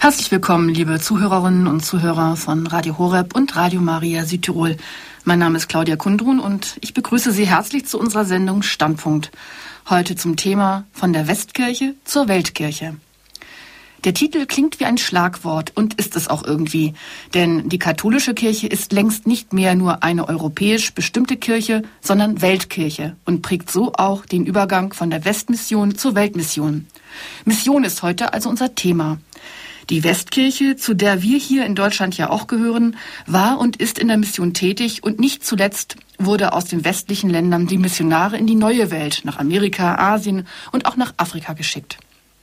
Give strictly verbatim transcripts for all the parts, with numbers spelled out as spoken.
Herzlich willkommen, liebe Zuhörerinnen und Zuhörer von Radio Horeb und Radio Maria Südtirol. Mein Name ist Claudia Kundrun und ich begrüße Sie herzlich zu unserer Sendung Standpunkt. Heute zum Thema von der Westkirche zur Weltkirche. Der Titel klingt wie ein Schlagwort und ist es auch irgendwie, denn die katholische Kirche ist längst nicht mehr nur eine europäisch bestimmte Kirche, sondern Weltkirche und prägt so auch den Übergang von der Westmission zur Weltmission. Mission ist heute also unser Thema. Die Westkirche, zu der wir hier in Deutschland ja auch gehören, war und ist in der Mission tätig und nicht zuletzt wurde aus den westlichen Ländern die Missionare in die neue Welt, nach Amerika, Asien und auch nach Afrika geschickt.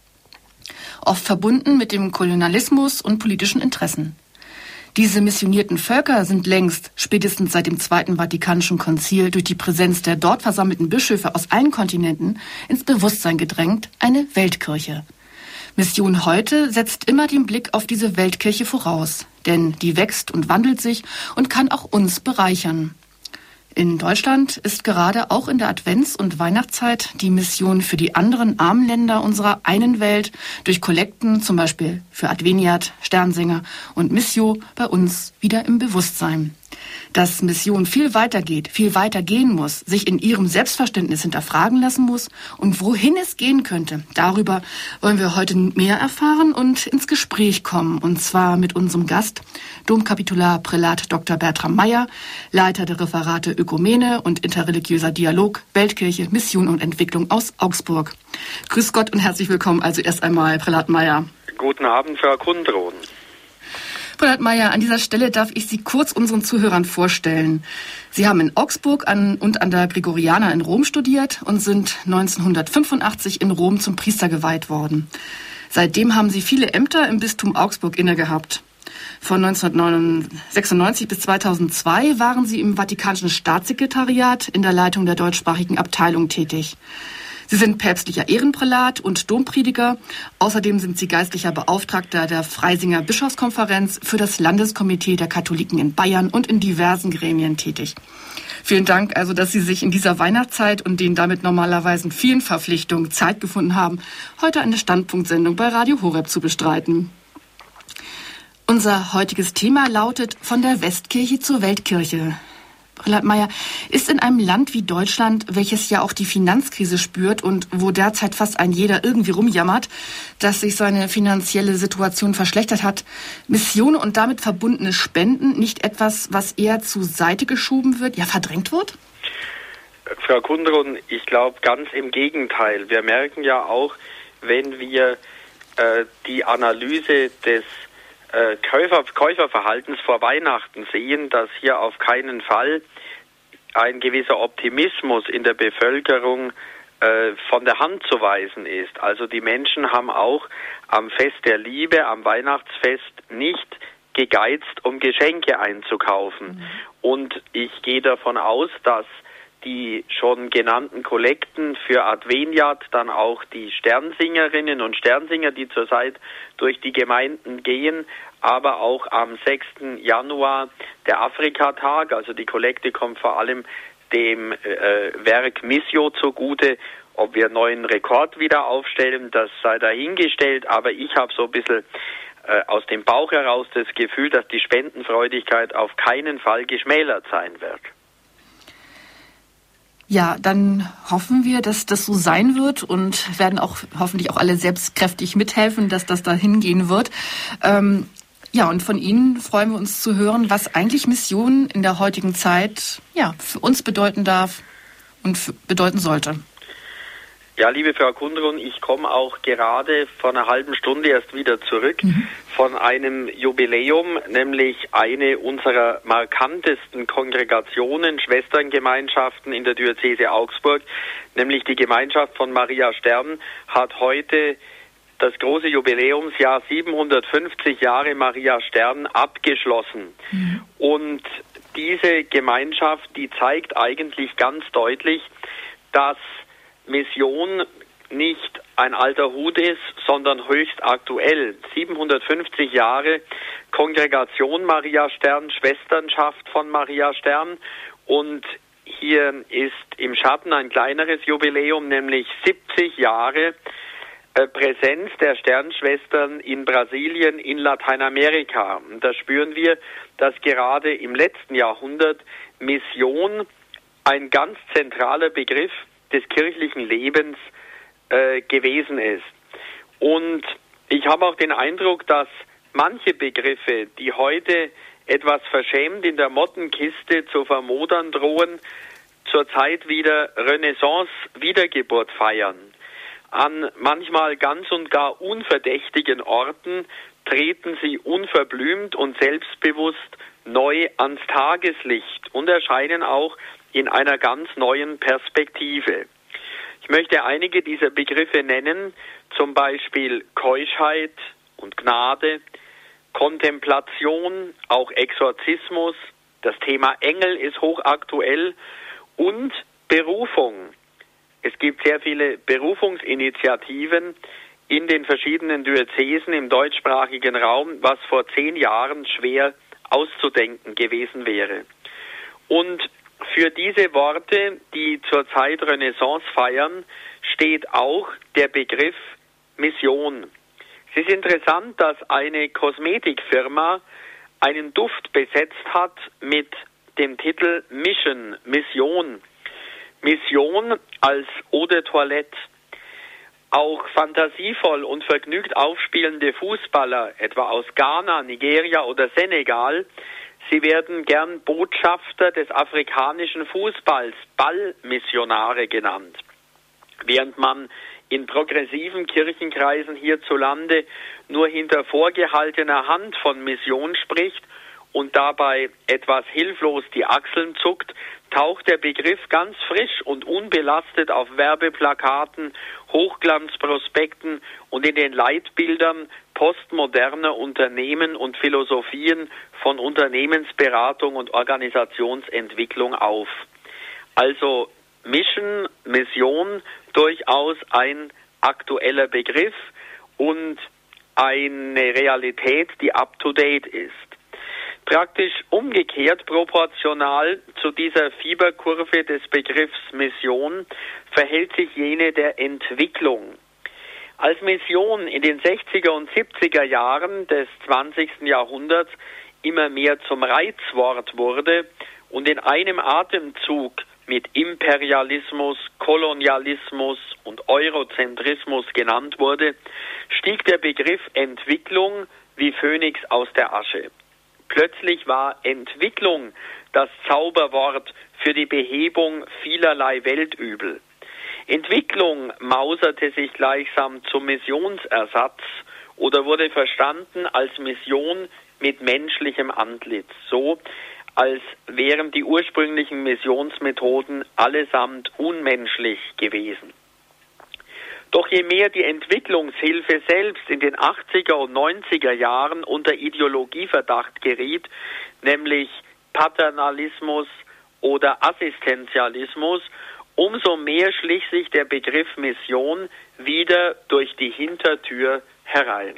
Oft verbunden mit dem Kolonialismus und politischen Interessen. Diese missionierten Völker sind längst, spätestens seit dem Zweiten Vatikanischen Konzil, durch die Präsenz der dort versammelten Bischöfe aus allen Kontinenten ins Bewusstsein gedrängt, eine Weltkirche. Mission heute setzt immer den Blick auf diese Weltkirche voraus, denn die wächst und wandelt sich und kann auch uns bereichern. In Deutschland ist gerade auch in der Advents- und Weihnachtszeit die Mission für die anderen armen Länder unserer einen Welt durch Kollekten, zum Beispiel für Adveniat, Sternsinger und Missio, bei uns wieder im Bewusstsein. Dass Mission viel weiter geht, viel weiter gehen muss, sich in ihrem Selbstverständnis hinterfragen lassen muss und wohin es gehen könnte, darüber wollen wir heute mehr erfahren und ins Gespräch kommen. Und zwar mit unserem Gast, Domkapitular Prälat Doktor Bertram Meyer, Leiter der Referate Ökumene und interreligiöser Dialog, Weltkirche, Mission und Entwicklung aus Augsburg. Grüß Gott und herzlich willkommen also erst einmal, Prälat Meyer. Guten Abend, Frau Kundrun. Prälat Meyer, an dieser Stelle darf ich Sie kurz unseren Zuhörern vorstellen. Sie haben in Augsburg an, und an der Gregoriana in Rom studiert und sind neunzehnhundertfünfundachtzig in Rom zum Priester geweiht worden. Seitdem haben Sie viele Ämter im Bistum Augsburg innegehabt. Von neunzehnhundertsechsundneunzig bis zweitausendzwei waren Sie im Vatikanischen Staatssekretariat in der Leitung der deutschsprachigen Abteilung tätig. Sie sind päpstlicher Ehrenprälat und Domprediger. Außerdem sind Sie geistlicher Beauftragter der Freisinger Bischofskonferenz für das Landeskomitee der Katholiken in Bayern und in diversen Gremien tätig. Vielen Dank also, dass Sie sich in dieser Weihnachtszeit und den damit normalerweise vielen Verpflichtungen Zeit gefunden haben, heute eine Standpunktsendung bei Radio Horeb zu bestreiten. Unser heutiges Thema lautet von der Westkirche zur Weltkirche. Prälat Meyer, ist in einem Land wie Deutschland, welches ja auch die Finanzkrise spürt und wo derzeit fast ein jeder irgendwie rumjammert, dass sich seine finanzielle Situation verschlechtert hat, Mission und damit verbundene Spenden nicht etwas, was eher zur Seite geschoben wird, ja verdrängt wird? Frau Kundrun, ich glaube ganz im Gegenteil. Wir merken ja auch, wenn wir äh, die Analyse des Äh, Käufer, Käuferverhaltens vor Weihnachten sehen, dass hier auf keinen Fall ein gewisser Optimismus in der Bevölkerung äh, von der Hand zu weisen ist. Also die Menschen haben auch am Fest der Liebe, am Weihnachtsfest nicht gegeizt, um Geschenke einzukaufen. Mhm. Und ich gehe davon aus, dass die schon genannten Kollekten für Adveniat, dann auch die Sternsingerinnen und Sternsinger, die zurzeit durch die Gemeinden gehen, aber auch am sechsten Januar der Afrikatag, also die Kollekte kommt vor allem dem äh, Werk Missio zugute. Ob wir einen neuen Rekord wieder aufstellen, das sei dahingestellt, aber ich habe so ein bisschen äh, aus dem Bauch heraus das Gefühl, dass die Spendenfreudigkeit auf keinen Fall geschmälert sein wird. Ja, dann hoffen wir, dass das so sein wird und werden auch hoffentlich auch alle selbstkräftig mithelfen, dass das da hingehen wird. Ähm, ja, und von Ihnen freuen wir uns zu hören, was eigentlich Mission in der heutigen Zeit ja, für uns bedeuten darf und f- bedeuten sollte. Ja, liebe Frau Kundrun, ich komme auch gerade vor einer halben Stunde erst wieder zurück mhm. von einem Jubiläum, nämlich eine unserer markantesten Kongregationen, Schwesterngemeinschaften in der Diözese Augsburg, nämlich die Gemeinschaft von Maria Stern, hat heute das große Jubiläumsjahr siebenhundertfünfzig Jahre Maria Stern abgeschlossen. Mhm. Und diese Gemeinschaft, die zeigt eigentlich ganz deutlich, dass Mission nicht ein alter Hut ist, sondern höchst aktuell. siebenhundertfünfzig Jahre Kongregation Maria Stern, Schwesternschaft von Maria Stern, und hier ist im Schatten ein kleineres Jubiläum, nämlich siebzig Jahre äh, Präsenz der Sternschwestern in Brasilien, in Lateinamerika. Und da spüren wir, dass gerade im letzten Jahrhundert Mission ein ganz zentraler Begriff des kirchlichen Lebens äh, gewesen ist. Und ich habe auch den Eindruck, dass manche Begriffe, die heute etwas verschämt in der Mottenkiste zu vermodern drohen, zurzeit wieder Renaissance, Wiedergeburt feiern. An manchmal ganz und gar unverdächtigen Orten treten sie unverblümt und selbstbewusst neu ans Tageslicht und erscheinen auch in einer ganz neuen Perspektive. Ich möchte einige dieser Begriffe nennen, zum Beispiel Keuschheit und Gnade, Kontemplation, auch Exorzismus, das Thema Engel ist hochaktuell und Berufung. Es gibt sehr viele Berufungsinitiativen in den verschiedenen Diözesen im deutschsprachigen Raum, was vor zehn Jahren schwer auszudenken gewesen wäre. Und für diese Worte, die zurzeit Renaissance feiern, steht auch der Begriff Mission. Es ist interessant, dass eine Kosmetikfirma einen Duft besetzt hat mit dem Titel Mission, Mission. Mission als Eau de Toilette. Auch fantasievoll und vergnügt aufspielende Fußballer, etwa aus Ghana, Nigeria oder Senegal, sie werden gern Botschafter des afrikanischen Fußballs, Ballmissionare genannt. Während man in progressiven Kirchenkreisen hierzulande nur hinter vorgehaltener Hand von Mission spricht und dabei etwas hilflos die Achseln zuckt, taucht der Begriff ganz frisch und unbelastet auf Werbeplakaten, Hochglanzprospekten und in den Leitbildern postmoderner Unternehmen und Philosophien von Unternehmensberatung und Organisationsentwicklung auf. Also Mission, Mission, durchaus ein aktueller Begriff und eine Realität, die up-to-date ist. Praktisch umgekehrt proportional zu dieser Fieberkurve des Begriffs Mission verhält sich jene der Entwicklung. Als Mission in den sechziger und siebziger Jahren des zwanzigsten Jahrhunderts immer mehr zum Reizwort wurde und in einem Atemzug mit Imperialismus, Kolonialismus und Eurozentrismus genannt wurde, stieg der Begriff Entwicklung wie Phönix aus der Asche. Plötzlich war Entwicklung das Zauberwort für die Behebung vielerlei Weltübel. Entwicklung mauserte sich gleichsam zum Missionsersatz oder wurde verstanden als Mission mit menschlichem Antlitz, so als wären die ursprünglichen Missionsmethoden allesamt unmenschlich gewesen. Doch je mehr die Entwicklungshilfe selbst in den achtziger und neunziger Jahren unter Ideologieverdacht geriet, nämlich Paternalismus oder Assistenzialismus, umso mehr schlich sich der Begriff Mission wieder durch die Hintertür herein.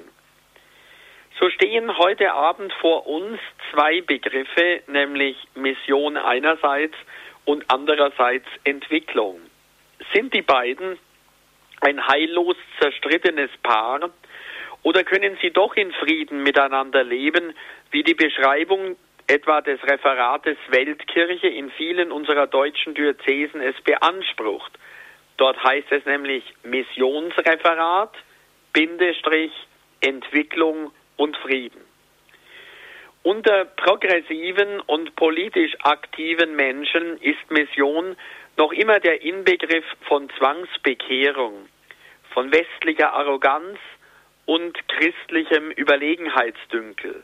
So stehen heute Abend vor uns zwei Begriffe, nämlich Mission einerseits und andererseits Entwicklung. Sind die beiden ein heillos zerstrittenes Paar oder können sie doch in Frieden miteinander leben, wie die Beschreibung etwa des Referates Weltkirche in vielen unserer deutschen Diözesen es beansprucht? Dort heißt es nämlich Missionsreferat, Bindestrich, Entwicklung und Frieden. Unter progressiven und politisch aktiven Menschen ist Mission noch immer der Inbegriff von Zwangsbekehrung, von westlicher Arroganz und christlichem Überlegenheitsdünkel.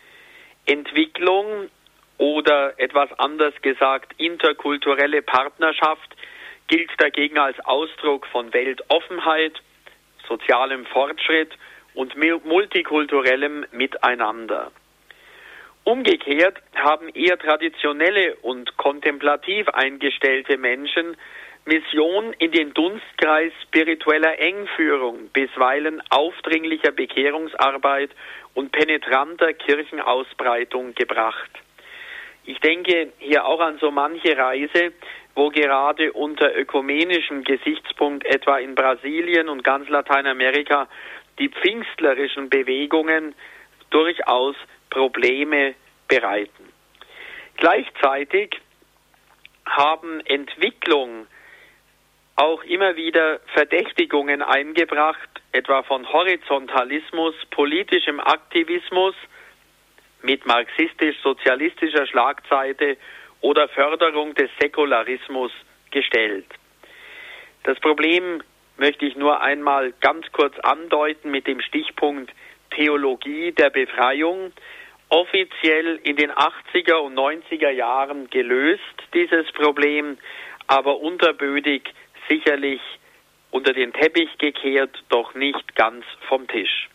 Entwicklung oder etwas anders gesagt interkulturelle Partnerschaft gilt dagegen als Ausdruck von Weltoffenheit, sozialem Fortschritt und multikulturellem Miteinander. Umgekehrt haben eher traditionelle und kontemplativ eingestellte Menschen Mission in den Dunstkreis spiritueller Engführung, bisweilen aufdringlicher Bekehrungsarbeit und penetranter Kirchenausbreitung gebracht. Ich denke hier auch an so manche Reise, wo gerade unter ökumenischem Gesichtspunkt etwa in Brasilien und ganz Lateinamerika die pfingstlerischen Bewegungen durchaus Probleme bereiten. Gleichzeitig haben Entwicklung auch immer wieder Verdächtigungen eingebracht, etwa von Horizontalismus, politischem Aktivismus mit marxistisch-sozialistischer Schlagseite oder Förderung des Säkularismus gestellt. Das Problem möchte ich nur einmal ganz kurz andeuten mit dem Stichpunkt Theologie der Befreiung. Offiziell in den achtziger und neunziger Jahren gelöst, dieses Problem, aber unterbödig sicherlich unter den Teppich gekehrt, doch nicht ganz vom Tisch.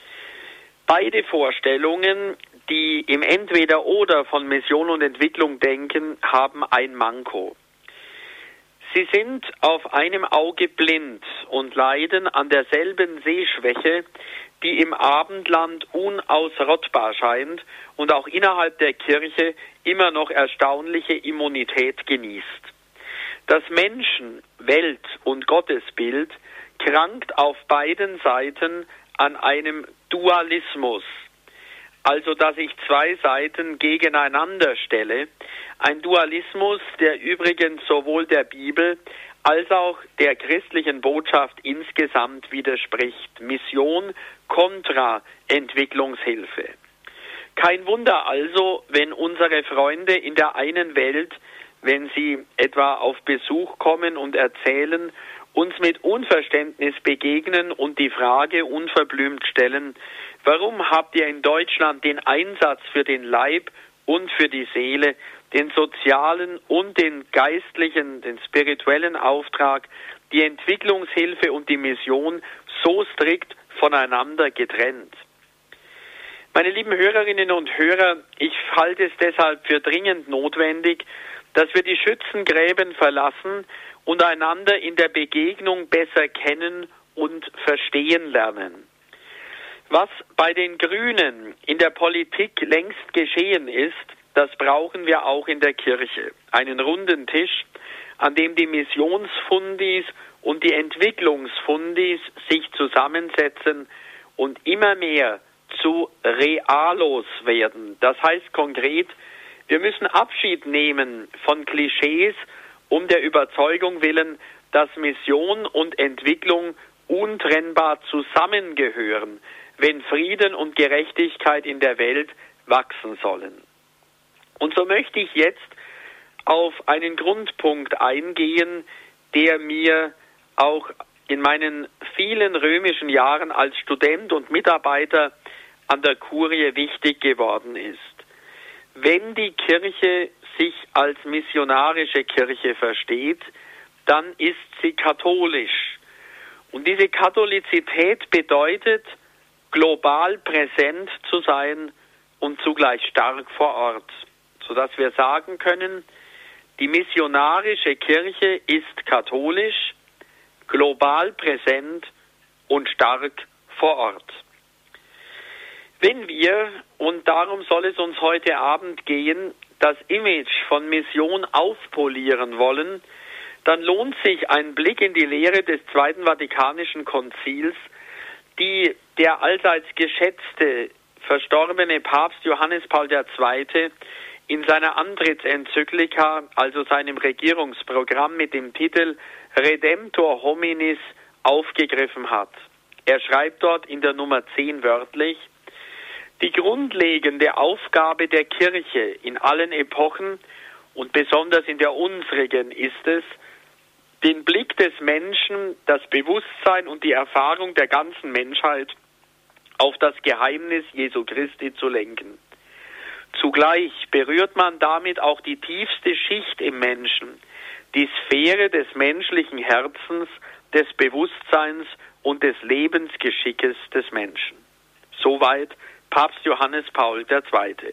Beide Vorstellungen, die im Entweder-Oder von Mission und Entwicklung denken, haben ein Manko. Sie sind auf einem Auge blind und leiden an derselben Sehschwäche, die im Abendland unausrottbar scheint und auch innerhalb der Kirche immer noch erstaunliche Immunität genießt. Das Menschen-, Welt- und Gottesbild krankt auf beiden Seiten an einem Dualismus, also dass ich zwei Seiten gegeneinander stelle, ein Dualismus, der übrigens sowohl der Bibel als auch der christlichen Botschaft insgesamt widerspricht. Mission kontra Entwicklungshilfe. Kein Wunder also, wenn unsere Freunde in der einen Welt, wenn sie etwa auf Besuch kommen und erzählen, uns mit Unverständnis begegnen und die Frage unverblümt stellen, warum habt ihr in Deutschland den Einsatz für den Leib und für die Seele, den sozialen und den geistlichen, den spirituellen Auftrag, die Entwicklungshilfe und die Mission so strikt voneinander getrennt? Meine lieben Hörerinnen und Hörer, ich halte es deshalb für dringend notwendig, dass wir die Schützengräben verlassen und einander in der Begegnung besser kennen und verstehen lernen. Was bei den Grünen in der Politik längst geschehen ist, das brauchen wir auch in der Kirche. Einen runden Tisch, an dem die Missionsfundis und die Entwicklungsfundis sich zusammensetzen und immer mehr zu Realos werden. Das heißt konkret, wir müssen Abschied nehmen von Klischees um der Überzeugung willen, dass Mission und Entwicklung untrennbar zusammengehören, wenn Frieden und Gerechtigkeit in der Welt wachsen sollen. Und so möchte ich jetzt auf einen Grundpunkt eingehen, der mir auch in meinen vielen römischen Jahren als Student und Mitarbeiter an der Kurie wichtig geworden ist. Wenn die Kirche sich als missionarische Kirche versteht, dann ist sie katholisch. Und diese Katholizität bedeutet, global präsent zu sein und zugleich stark vor Ort, sodass wir sagen können, die missionarische Kirche ist katholisch, global präsent und stark vor Ort. Wenn wir, und darum soll es uns heute Abend gehen, das Image von Mission aufpolieren wollen, dann lohnt sich ein Blick in die Lehre des Zweiten Vatikanischen Konzils, die der allseits geschätzte, verstorbene Papst Johannes Paul der Zweite in seiner Antrittsenzyklika, also seinem Regierungsprogramm mit dem Titel Redemptor Hominis, aufgegriffen hat. Er schreibt dort in der Nummer zehn wörtlich: Die grundlegende Aufgabe der Kirche in allen Epochen und besonders in der unsrigen ist es, den Blick des Menschen, das Bewusstsein und die Erfahrung der ganzen Menschheit auf das Geheimnis Jesu Christi zu lenken. Zugleich berührt man damit auch die tiefste Schicht im Menschen, die Sphäre des menschlichen Herzens, des Bewusstseins und des Lebensgeschickes des Menschen. Soweit Papst Johannes Paul der Zweite.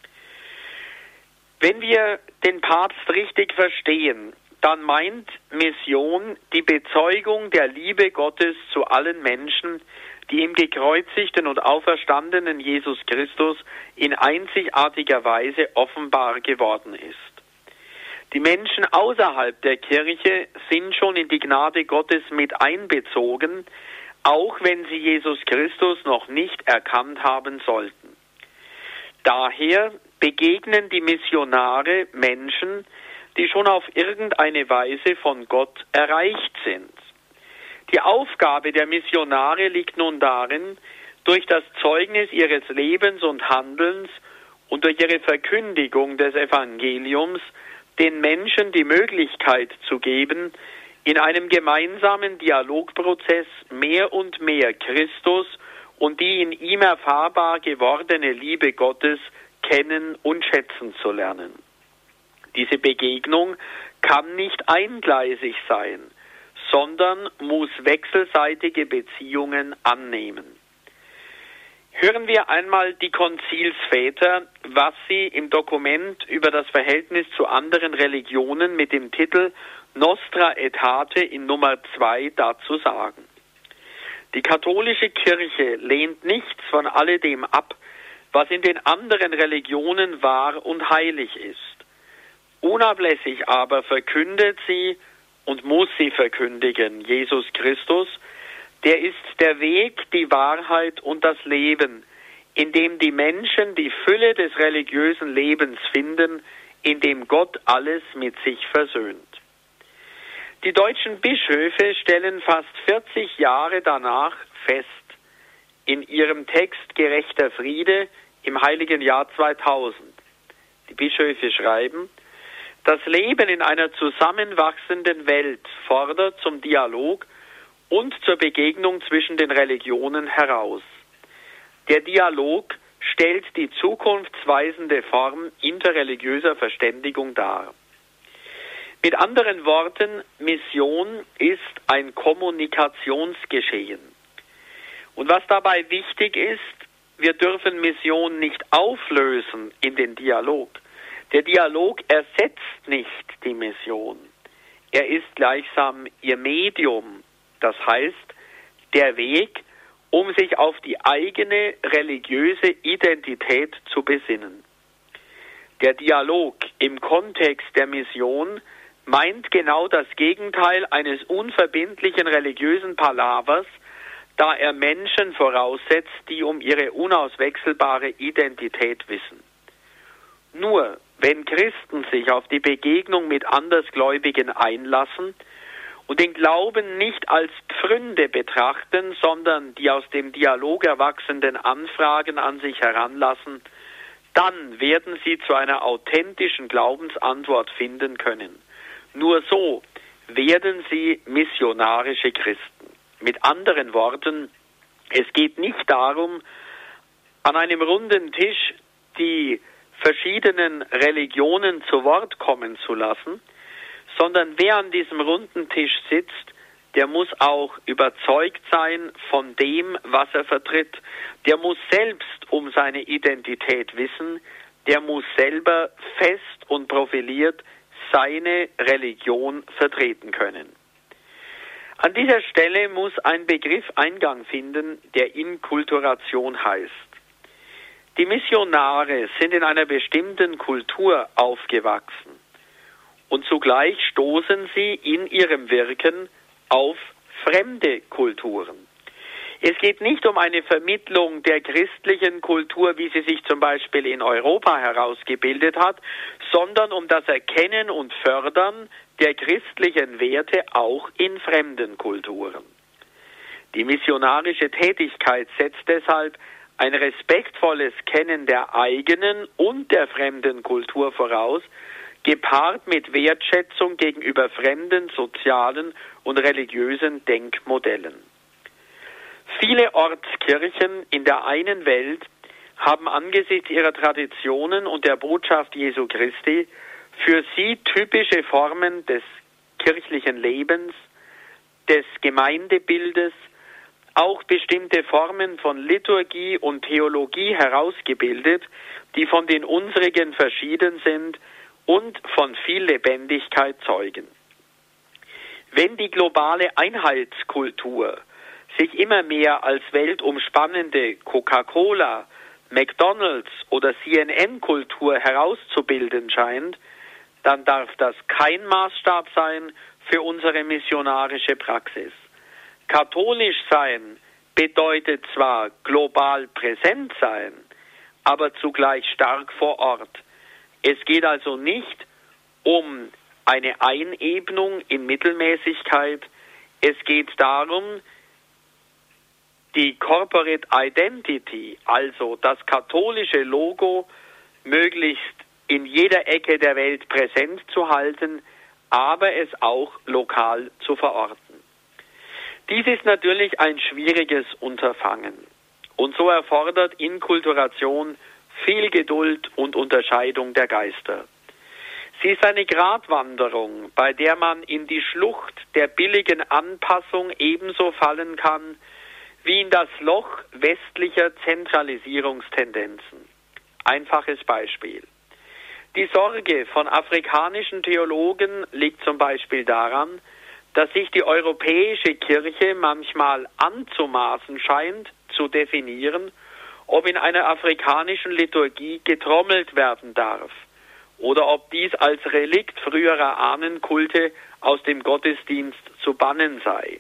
Wenn wir den Papst richtig verstehen, dann meint Mission die Bezeugung der Liebe Gottes zu allen Menschen, die im gekreuzigten und auferstandenen Jesus Christus in einzigartiger Weise offenbar geworden ist. Die Menschen außerhalb der Kirche sind schon in die Gnade Gottes mit einbezogen, auch wenn sie Jesus Christus noch nicht erkannt haben sollten. Daher begegnen die Missionare Menschen, die schon auf irgendeine Weise von Gott erreicht sind. Die Aufgabe der Missionare liegt nun darin, durch das Zeugnis ihres Lebens und Handelns und durch ihre Verkündigung des Evangeliums den Menschen die Möglichkeit zu geben, in einem gemeinsamen Dialogprozess mehr und mehr Christus und die in ihm erfahrbar gewordene Liebe Gottes kennen und schätzen zu lernen. Diese Begegnung kann nicht eingleisig sein, sondern muss wechselseitige Beziehungen annehmen. Hören wir einmal die Konzilsväter, was sie im Dokument über das Verhältnis zu anderen Religionen mit dem Titel Nostra Aetate in Nummer zwei dazu sagen. Die katholische Kirche lehnt nichts von alledem ab, was in den anderen Religionen wahr und heilig ist. Unablässig aber verkündet sie und muss sie verkündigen, Jesus Christus, der ist der Weg, die Wahrheit und das Leben, in dem die Menschen die Fülle des religiösen Lebens finden, in dem Gott alles mit sich versöhnt. Die deutschen Bischöfe stellen fast vierzig Jahre danach fest, in ihrem Text Gerechter Friede im heiligen Jahr zweitausend. Die Bischöfe schreiben, das Leben in einer zusammenwachsenden Welt fordert zum Dialog und zur Begegnung zwischen den Religionen heraus. Der Dialog stellt die zukunftsweisende Form interreligiöser Verständigung dar. Mit anderen Worten, Mission ist ein Kommunikationsgeschehen. Und was dabei wichtig ist, wir dürfen Mission nicht auflösen in den Dialog. Der Dialog ersetzt nicht die Mission. Er ist gleichsam ihr Medium, das heißt der Weg, um sich auf die eigene religiöse Identität zu besinnen. Der Dialog im Kontext der Mission meint genau das Gegenteil eines unverbindlichen religiösen Palavers, da er Menschen voraussetzt, die um ihre unauswechselbare Identität wissen. Nur wenn Christen sich auf die Begegnung mit Andersgläubigen einlassen und den Glauben nicht als Pfründe betrachten, sondern die aus dem Dialog erwachsenden Anfragen an sich heranlassen, dann werden sie zu einer authentischen Glaubensantwort finden können. Nur so werden sie missionarische Christen. Mit anderen Worten, es geht nicht darum, an einem runden Tisch die verschiedenen Religionen zu Wort kommen zu lassen, sondern wer an diesem runden Tisch sitzt, der muss auch überzeugt sein von dem, was er vertritt. Der muss selbst um seine Identität wissen, der muss selber fest und profiliert seine Religion vertreten können. An dieser Stelle muss ein Begriff Eingang finden, der Inkulturation heißt. Die Missionare sind in einer bestimmten Kultur aufgewachsen und zugleich stoßen sie in ihrem Wirken auf fremde Kulturen. Es geht nicht um eine Vermittlung der christlichen Kultur, wie sie sich zum Beispiel in Europa herausgebildet hat, sondern um das Erkennen und Fördern der christlichen Werte auch in fremden Kulturen. Die missionarische Tätigkeit setzt deshalb ein respektvolles Kennen der eigenen und der fremden Kultur voraus, gepaart mit Wertschätzung gegenüber fremden sozialen und religiösen Denkmodellen. Viele Ortskirchen in der einen Welt haben angesichts ihrer Traditionen und der Botschaft Jesu Christi für sie typische Formen des kirchlichen Lebens, des Gemeindebildes, auch bestimmte Formen von Liturgie und Theologie herausgebildet, die von den unsrigen verschieden sind und von viel Lebendigkeit zeugen. Wenn die globale Einheitskultur sich immer mehr als weltumspannende Coca-Cola, McDonald's oder C N N-Kultur herauszubilden scheint, dann darf das kein Maßstab sein für unsere missionarische Praxis. Katholisch sein bedeutet zwar global präsent sein, aber zugleich stark vor Ort. Es geht also nicht um eine Einebnung in Mittelmäßigkeit. Es geht darum, die Corporate Identity, also das katholische Logo, möglichst in jeder Ecke der Welt präsent zu halten, aber es auch lokal zu verorten. Dies ist natürlich ein schwieriges Unterfangen. Und so erfordert Inkulturation viel Geduld und Unterscheidung der Geister. Sie ist eine Gratwanderung, bei der man in die Schlucht der billigen Anpassung ebenso fallen kann, wie in das Loch westlicher Zentralisierungstendenzen. Einfaches Beispiel. Die Sorge von afrikanischen Theologen liegt zum Beispiel daran, dass sich die europäische Kirche manchmal anzumaßen scheint, zu definieren, ob in einer afrikanischen Liturgie getrommelt werden darf oder ob dies als Relikt früherer Ahnenkulte aus dem Gottesdienst zu bannen sei.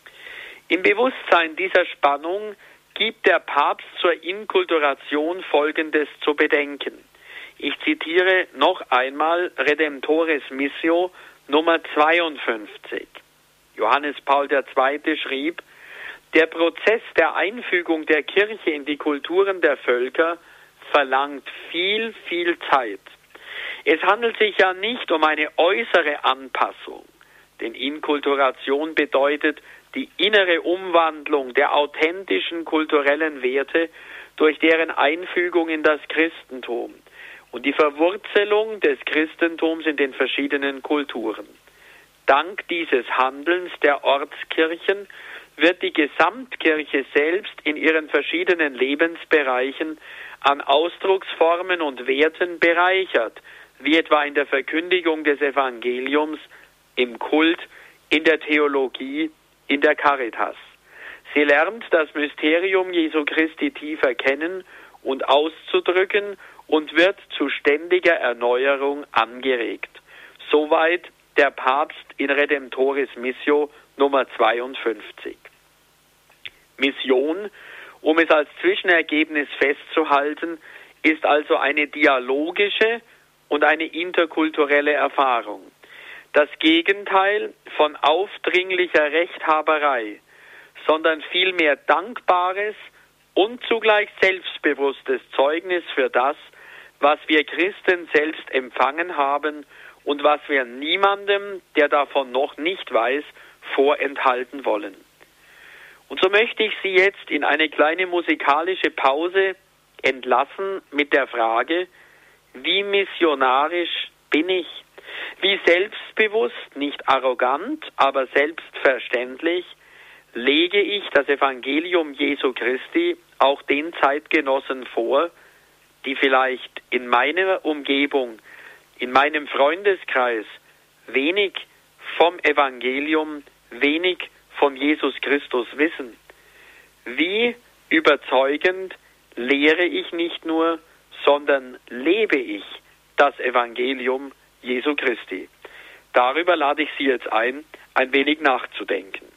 Im Bewusstsein dieser Spannung gibt der Papst zur Inkulturation Folgendes zu bedenken. Ich zitiere noch einmal Redemptoris Missio Nummer zweiundfünfzig. Johannes Paul der Zweite schrieb, der Prozess der Einfügung der Kirche in die Kulturen der Völker verlangt viel, viel Zeit. Es handelt sich ja nicht um eine äußere Anpassung, denn Inkulturation bedeutet die innere Umwandlung der authentischen kulturellen Werte durch deren Einfügung in das Christentum und die Verwurzelung des Christentums in den verschiedenen Kulturen. Dank dieses Handelns der Ortskirchen wird die Gesamtkirche selbst in ihren verschiedenen Lebensbereichen an Ausdrucksformen und Werten bereichert, wie etwa in der Verkündigung des Evangeliums, im Kult, in der Theologie, in der Caritas. Sie lernt das Mysterium Jesu Christi tiefer kennen und auszudrücken und wird zu ständiger Erneuerung angeregt. Soweit der Papst in Redemptoris Missio Nummer zweiundfünfzig. Mission, um es als Zwischenergebnis festzuhalten, ist also eine dialogische und eine interkulturelle Erfahrung. Das Gegenteil von aufdringlicher Rechthaberei, sondern vielmehr dankbares und zugleich selbstbewusstes Zeugnis für das, was wir Christen selbst empfangen haben und was wir niemandem, der davon noch nicht weiß, vorenthalten wollen. Und so möchte ich Sie jetzt in eine kleine musikalische Pause entlassen mit der Frage, wie missionarisch bin ich? Wie selbstbewusst, nicht arrogant, aber selbstverständlich lege ich das Evangelium Jesu Christi auch den Zeitgenossen vor, die vielleicht in meiner Umgebung, in meinem Freundeskreis wenig vom Evangelium, wenig von Jesus Christus wissen. Wie überzeugend lehre ich nicht nur, sondern lebe ich das Evangelium Jesu Christi. Darüber lade ich Sie jetzt ein, ein wenig nachzudenken.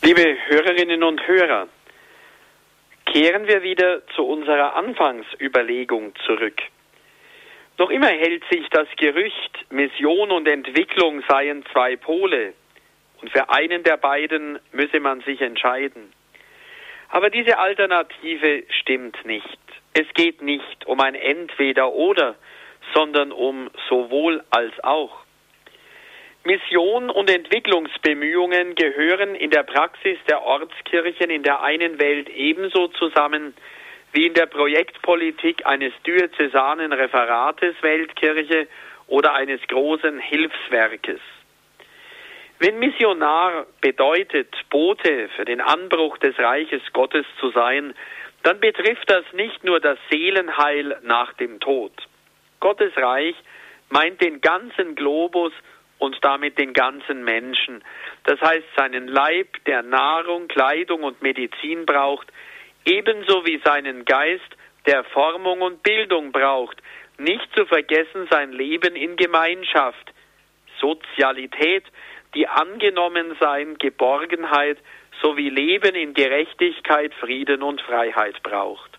Liebe Hörerinnen und Hörer, kehren wir wieder zu unserer Anfangsüberlegung zurück. Noch immer hält sich das Gerücht, Mission und Entwicklung seien zwei Pole und für einen der beiden müsse man sich entscheiden. Aber diese Alternative stimmt nicht. Es geht nicht um ein Entweder-Oder, sondern um sowohl als auch. Mission und Entwicklungsbemühungen gehören in der Praxis der Ortskirchen in der einen Welt ebenso zusammen wie in der Projektpolitik eines diözesanen Referates Weltkirche oder eines großen Hilfswerkes. Wenn Missionar bedeutet, Bote für den Anbruch des Reiches Gottes zu sein, dann betrifft das nicht nur das Seelenheil nach dem Tod. Gottes Reich meint den ganzen Globus und damit den ganzen Menschen. Das heißt seinen Leib, der Nahrung, Kleidung und Medizin braucht, ebenso wie seinen Geist, der Formung und Bildung braucht. Nicht zu vergessen sein Leben in Gemeinschaft, Sozialität, die Angenommensein, Geborgenheit sowie Leben in Gerechtigkeit, Frieden und Freiheit braucht.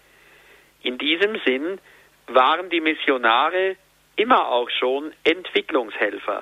In diesem Sinn waren die Missionare immer auch schon Entwicklungshelfer.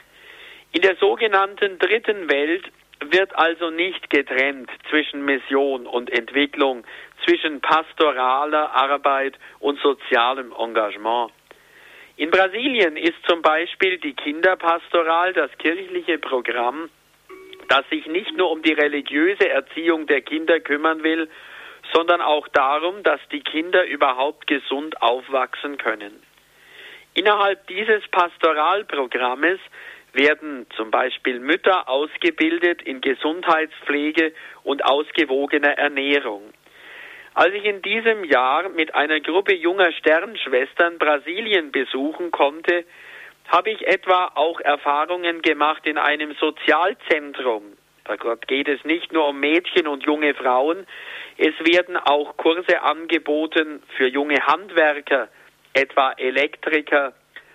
In der sogenannten Dritten Welt wird also nicht getrennt zwischen Mission und Entwicklung, zwischen pastoraler Arbeit und sozialem Engagement. In Brasilien ist zum Beispiel die Kinderpastoral das kirchliche Programm, das sich nicht nur um die religiöse Erziehung der Kinder kümmern will, sondern auch darum, dass die Kinder überhaupt gesund aufwachsen können. Innerhalb dieses Pastoralprogrammes werden zum Beispiel Mütter ausgebildet in Gesundheitspflege und ausgewogener Ernährung. Als ich in diesem Jahr mit einer Gruppe junger Sternschwestern Brasilien besuchen konnte, habe ich etwa auch Erfahrungen gemacht in einem Sozialzentrum. Da geht es nicht nur um Mädchen und junge Frauen, es werden auch Kurse angeboten für junge Handwerker, etwa Elektriker,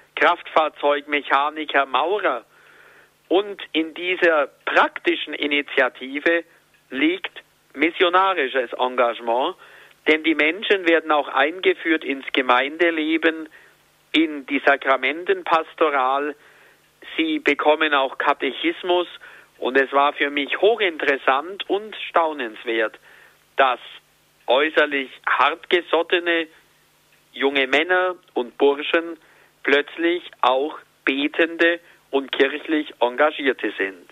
Kraftfahrzeugmechaniker, Maurer. Und in dieser praktischen Initiative liegt missionarisches Engagement, denn die Menschen werden auch eingeführt ins Gemeindeleben, in die Sakramentenpastoral. Sie bekommen auch Katechismus und es war für mich hochinteressant und staunenswert, dass äußerlich hartgesottene junge Männer und Burschen plötzlich auch betende und kirchlich Engagierte sind.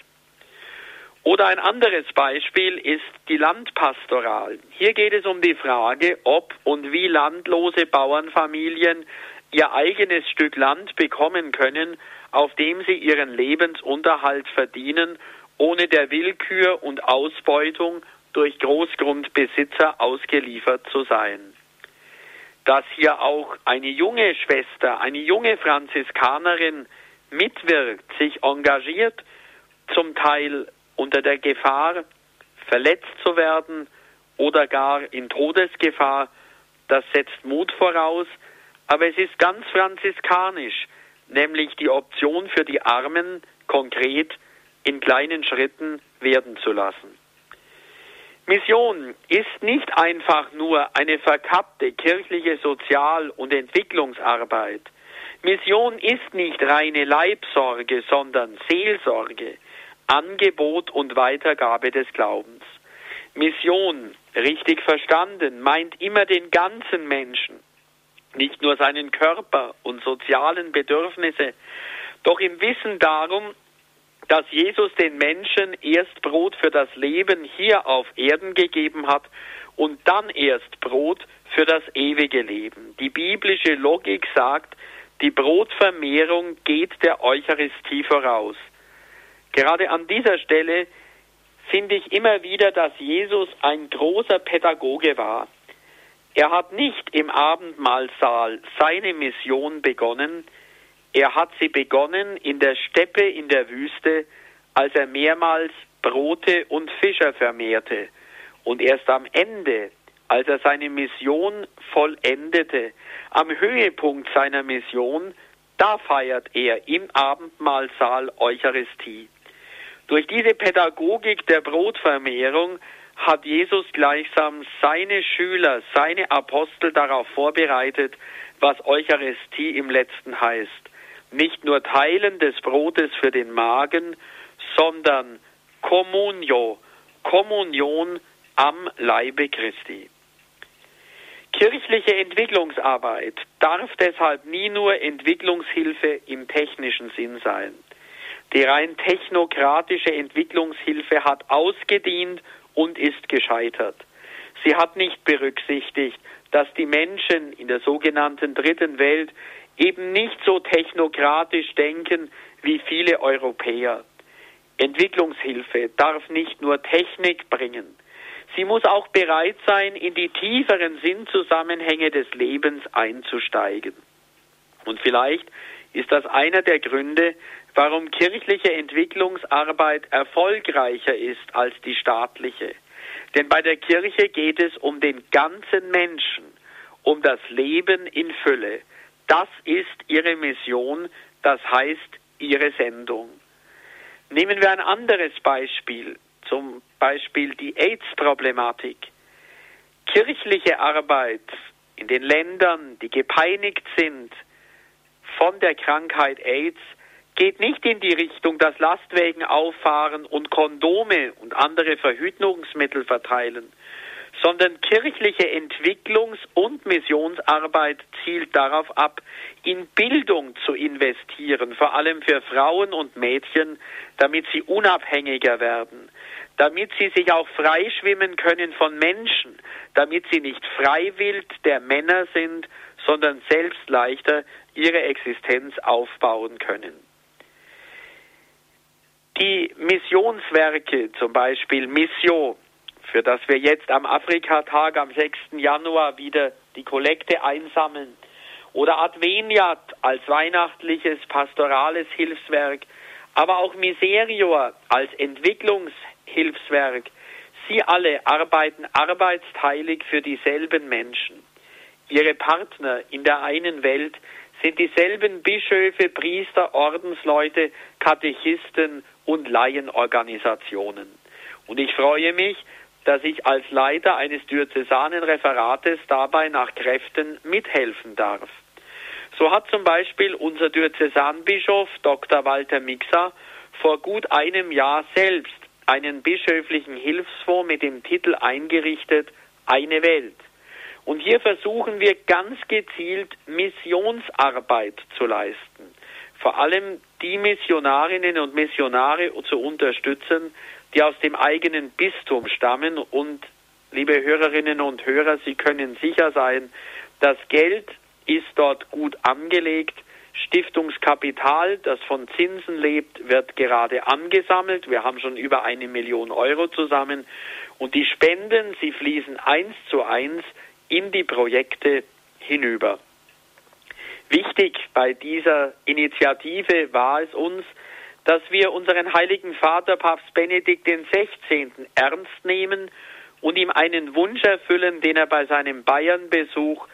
Oder ein anderes Beispiel ist die Landpastoral. Hier geht es um die Frage, ob und wie landlose Bauernfamilien ihr eigenes Stück Land bekommen können, auf dem sie ihren Lebensunterhalt verdienen, ohne der Willkür und Ausbeutung durch Großgrundbesitzer ausgeliefert zu sein. Dass hier auch eine junge Schwester, eine junge Franziskanerin mitwirkt, sich engagiert, zum Teil unter der Gefahr, verletzt zu werden oder gar in Todesgefahr, das setzt Mut voraus, aber es ist ganz franziskanisch, nämlich die Option für die Armen konkret in kleinen Schritten werden zu lassen. Mission ist nicht einfach nur eine verkappte kirchliche Sozial- und Entwicklungsarbeit. Mission ist nicht reine Leibsorge, sondern Seelsorge, Angebot und Weitergabe des Glaubens. Mission, richtig verstanden, meint immer den ganzen Menschen, nicht nur seinen Körper und sozialen Bedürfnisse, doch im Wissen darum, dass Jesus den Menschen erst Brot für das Leben hier auf Erden gegeben hat und dann erst Brot für das ewige Leben. Die biblische Logik sagt, die Brotvermehrung geht der Eucharistie voraus. Gerade an dieser Stelle finde ich immer wieder, dass Jesus ein großer Pädagoge war. Er hat nicht im Abendmahlsaal seine Mission begonnen, er hat sie begonnen in der Steppe, in der Wüste, als er mehrmals Brote und Fischer vermehrte. Und erst am Ende, als er seine Mission vollendete, am Höhepunkt seiner Mission, da feiert er im Abendmahlsaal Eucharistie. Durch diese Pädagogik der Brotvermehrung hat Jesus gleichsam seine Schüler, seine Apostel darauf vorbereitet, was Eucharistie im Letzten heißt. Nicht nur Teilen des Brotes für den Magen, sondern Communio, Kommunion am Leibe Christi. Kirchliche Entwicklungsarbeit darf deshalb nie nur Entwicklungshilfe im technischen Sinn sein. Die rein technokratische Entwicklungshilfe hat ausgedient und ist gescheitert. Sie hat nicht berücksichtigt, dass die Menschen in der sogenannten Dritten Welt eben nicht so technokratisch denken wie viele Europäer. Entwicklungshilfe darf nicht nur Technik bringen. Sie muss auch bereit sein, in die tieferen Sinnzusammenhänge des Lebens einzusteigen. Und vielleicht ist das einer der Gründe, warum kirchliche Entwicklungsarbeit erfolgreicher ist als die staatliche. Denn bei der Kirche geht es um den ganzen Menschen, um das Leben in Fülle. Das ist ihre Mission, das heißt ihre Sendung. Nehmen wir ein anderes Beispiel, zum Beispiel die AIDS-Problematik. Kirchliche Arbeit in den Ländern, die gepeinigt sind von der Krankheit AIDS, geht nicht in die Richtung, dass Lastwagen auffahren und Kondome und andere Verhütungsmittel verteilen, sondern kirchliche Entwicklungs- und Missionsarbeit zielt darauf ab, in Bildung zu investieren, vor allem für Frauen und Mädchen, damit sie unabhängiger werden, damit sie sich auch frei schwimmen können von Menschen, damit sie nicht Freiwild der Männer sind, sondern selbst leichter ihre Existenz aufbauen können. Die Missionswerke, zum Beispiel Missio, für das wir jetzt am Afrikatag am sechsten Januar wieder die Kollekte einsammeln, oder Adveniat als weihnachtliches pastorales Hilfswerk, aber auch Miserior als Entwicklungshilfswerk, sie alle arbeiten arbeitsteilig für dieselben Menschen. Ihre Partner in der einen Welt sind dieselben Bischöfe, Priester, Ordensleute, Katechisten und Laienorganisationen. Und ich freue mich, dass ich als Leiter eines diözesanen Referates dabei nach Kräften mithelfen darf. So hat zum Beispiel unser Diözesanbischof Doktor Walter Mixa vor gut einem Jahr selbst einen bischöflichen Hilfsfonds mit dem Titel eingerichtet, Eine Welt. Und hier versuchen wir ganz gezielt Missionsarbeit zu leisten. Vor allem die Missionarinnen und Missionare zu unterstützen, die aus dem eigenen Bistum stammen. Und, liebe Hörerinnen und Hörer, Sie können sicher sein, das Geld ist dort gut angelegt. Stiftungskapital, das von Zinsen lebt, wird gerade angesammelt. Wir haben schon über eine Million Euro zusammen. Und die Spenden, sie fließen eins zu eins in die Projekte hinüber. Wichtig bei dieser Initiative war es uns, dass wir unseren heiligen Vater Papst Benedikt den Sechzehnten ernst nehmen und ihm einen Wunsch erfüllen, den er bei seinem Bayern-Besuch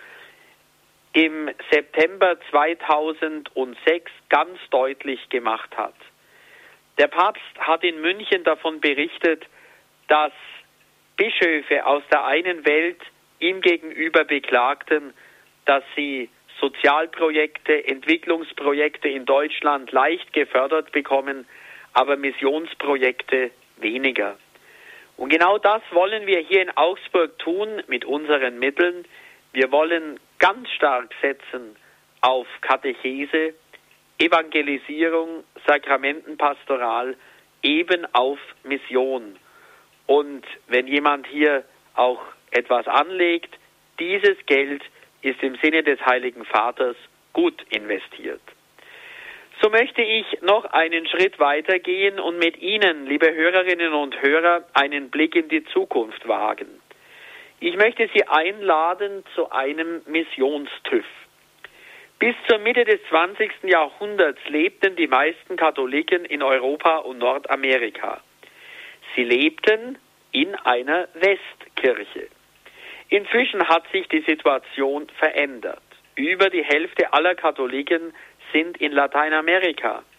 im September zweitausendsechs ganz deutlich gemacht hat. Der Papst hat in München davon berichtet, dass Bischöfe aus der einen Welt ihm gegenüber beklagten, dass sie Sozialprojekte, Entwicklungsprojekte in Deutschland leicht gefördert bekommen, aber Missionsprojekte weniger. Und genau das wollen wir hier in Augsburg tun mit unseren Mitteln. Wir wollen ganz stark setzen auf Katechese, Evangelisierung, Sakramentenpastoral, eben auf Mission. Und wenn jemand hier auch etwas anlegt, dieses Geld ist im Sinne des Heiligen Vaters gut investiert. So möchte ich noch einen Schritt weitergehen und mit Ihnen, liebe Hörerinnen und Hörer, einen Blick in die Zukunft wagen. Ich möchte Sie einladen zu einem Missionstüff. Bis zur Mitte des zwanzigsten Jahrhunderts lebten die meisten Katholiken in Europa und Nordamerika. Sie lebten in einer Westkirche. Inzwischen hat sich die Situation verändert. Über die Hälfte aller Katholiken sind in Lateinamerika.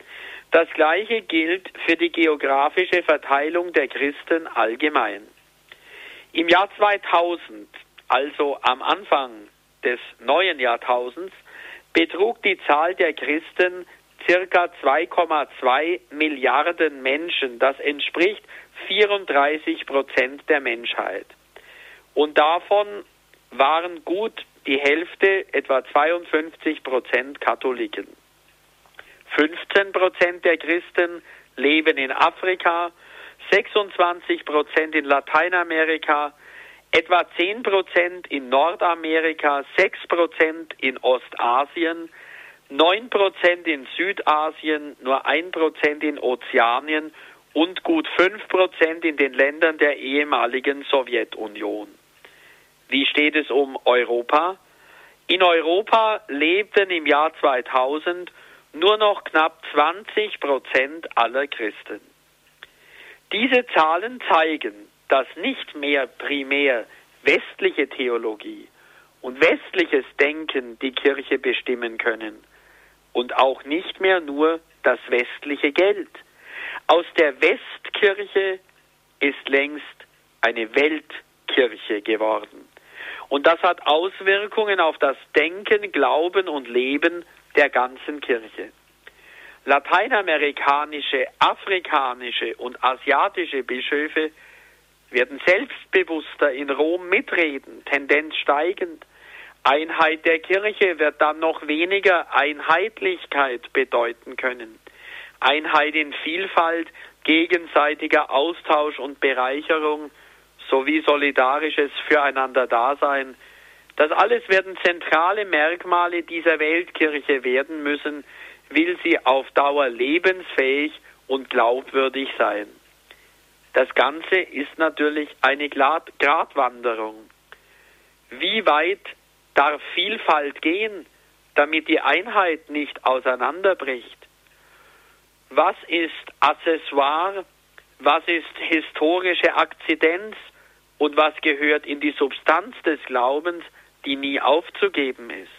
Das Gleiche gilt für die geografische Verteilung der Christen allgemein. Im Jahr zweitausend, also am Anfang des neuen Jahrtausends, betrug die Zahl der Christen circa zwei Komma zwei Milliarden Menschen. Das entspricht vierunddreißig Prozent der Menschheit. Und davon waren gut die Hälfte, etwa zweiundfünfzig Prozent Katholiken. fünfzehn Prozent der Christen leben in Afrika, sechsundzwanzig Prozent in Lateinamerika, etwa zehn Prozent in Nordamerika, sechs Prozent in Ostasien, neun Prozent in Südasien, nur ein Prozent in Ozeanien und gut fünf Prozent in den Ländern der ehemaligen Sowjetunion. Wie steht es um Europa? In Europa lebten im Jahr zweitausend nur noch knapp zwanzig Prozent aller Christen. Diese Zahlen zeigen, dass nicht mehr primär westliche Theologie und westliches Denken die Kirche bestimmen können und auch nicht mehr nur das westliche Geld. Aus der Westkirche ist längst eine Weltkirche geworden. Und das hat Auswirkungen auf das Denken, Glauben und Leben der ganzen Kirche. Lateinamerikanische, afrikanische und asiatische Bischöfe werden selbstbewusster in Rom mitreden, Tendenz steigend. Einheit der Kirche wird dann noch weniger Einheitlichkeit bedeuten können. Einheit in Vielfalt, gegenseitiger Austausch und Bereicherung sowie solidarisches Füreinander-Dasein. Das alles werden zentrale Merkmale dieser Weltkirche werden müssen, will sie auf Dauer lebensfähig und glaubwürdig sein. Das Ganze ist natürlich eine Gratwanderung. Wie weit darf Vielfalt gehen, damit die Einheit nicht auseinanderbricht? Was ist Accessoire? Was ist historische Akzidenz? Und was gehört in die Substanz des Glaubens, die nie aufzugeben ist?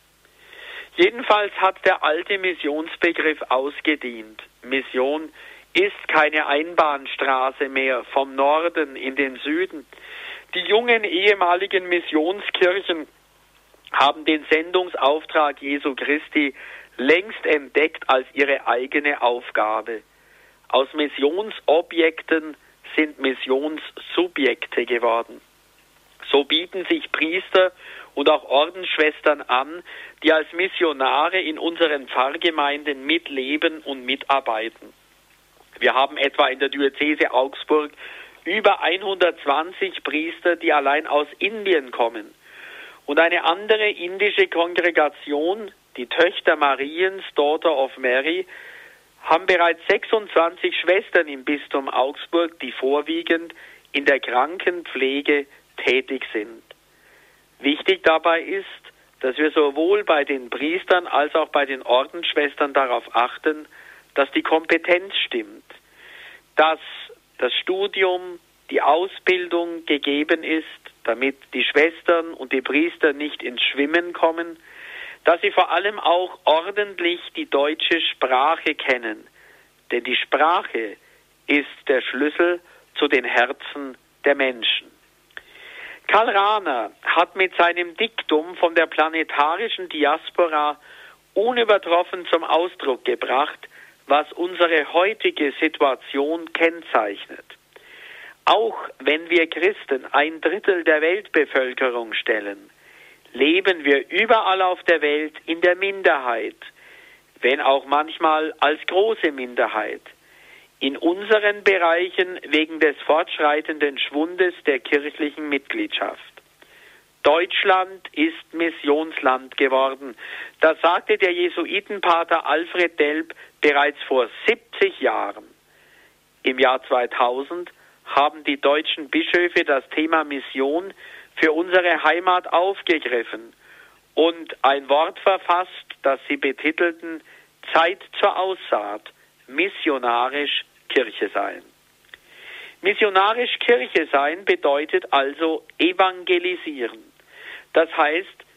Jedenfalls hat der alte Missionsbegriff ausgedient. Mission ist keine Einbahnstraße mehr vom Norden in den Süden. Die jungen ehemaligen Missionskirchen haben den Sendungsauftrag Jesu Christi längst entdeckt als ihre eigene Aufgabe. Aus Missionsobjekten sind Missionssubjekte geworden. So bieten sich Priester und auch Ordensschwestern an, die als Missionare in unseren Pfarrgemeinden mitleben und mitarbeiten. Wir haben etwa in der Diözese Augsburg über hundertzwanzig Priester, die allein aus Indien kommen. Und eine andere indische Kongregation, die Töchter Mariens, Daughter of Mary, haben bereits sechsundzwanzig Schwestern im Bistum Augsburg, die vorwiegend in der Krankenpflege tätig sind. Wichtig dabei ist, dass wir sowohl bei den Priestern als auch bei den Ordensschwestern darauf achten, dass die Kompetenz stimmt, dass das Studium, die Ausbildung gegeben ist, damit die Schwestern und die Priester nicht ins Schwimmen kommen, dass sie vor allem auch ordentlich die deutsche Sprache kennen, denn die Sprache ist der Schlüssel zu den Herzen der Menschen. Karl Rahner hat mit seinem Diktum von der planetarischen Diaspora unübertroffen zum Ausdruck gebracht, was unsere heutige Situation kennzeichnet. Auch wenn wir Christen ein Drittel der Weltbevölkerung stellen, leben wir überall auf der Welt in der Minderheit, wenn auch manchmal als große Minderheit. In unseren Bereichen wegen des fortschreitenden Schwundes der kirchlichen Mitgliedschaft. Deutschland ist Missionsland geworden. Das sagte der Jesuitenpater Alfred Delp bereits vor siebzig Jahren. Im Jahr zweitausend haben die deutschen Bischöfe das Thema Mission für unsere Heimat aufgegriffen und ein Wort verfasst, das sie betitelten: Zeit zur Aussaat, missionarisch Kirche sein. Missionarisch Kirche sein bedeutet also evangelisieren. Das heißt,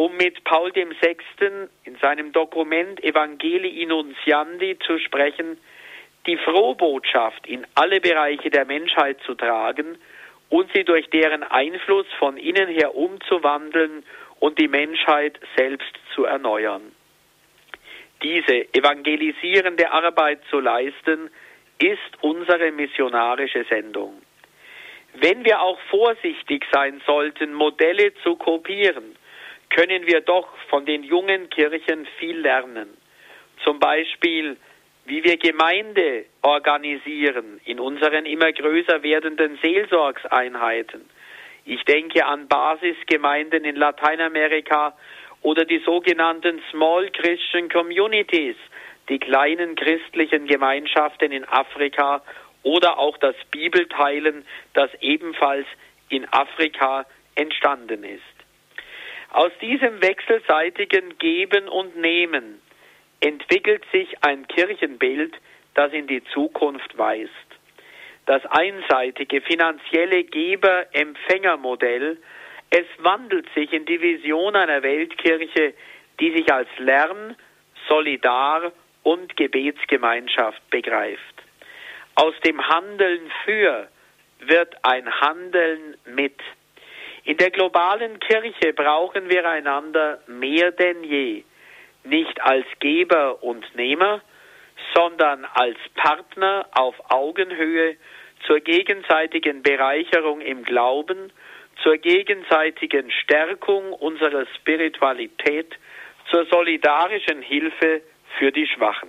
um mit Paul der Sechste in seinem Dokument Evangelii Nuntiandi zu sprechen, die Frohbotschaft in alle Bereiche der Menschheit zu tragen und sie durch deren Einfluss von innen her umzuwandeln und die Menschheit selbst zu erneuern. Diese evangelisierende Arbeit zu leisten, ist unsere missionarische Sendung. Wenn wir auch vorsichtig sein sollten, Modelle zu kopieren, können wir doch von den jungen Kirchen viel lernen. Zum Beispiel, wie wir Gemeinde organisieren in unseren immer größer werdenden Seelsorgseinheiten. Ich denke an Basisgemeinden in Lateinamerika oder die sogenannten Small Christian Communities, die kleinen christlichen Gemeinschaften in Afrika oder auch das Bibelteilen, das ebenfalls in Afrika entstanden ist. Aus diesem wechselseitigen Geben und Nehmen entwickelt sich ein Kirchenbild, das in die Zukunft weist. Das einseitige finanzielle Geber-Empfänger-Modell, es wandelt sich in die Vision einer Weltkirche, die sich als Lern-, Solidar- und Gebetsgemeinschaft begreift. Aus dem Handeln für wird ein Handeln mit. In der globalen Kirche brauchen wir einander mehr denn je, nicht als Geber und Nehmer, sondern als Partner auf Augenhöhe zur gegenseitigen Bereicherung im Glauben, zur gegenseitigen Stärkung unserer Spiritualität, zur solidarischen Hilfe für die Schwachen.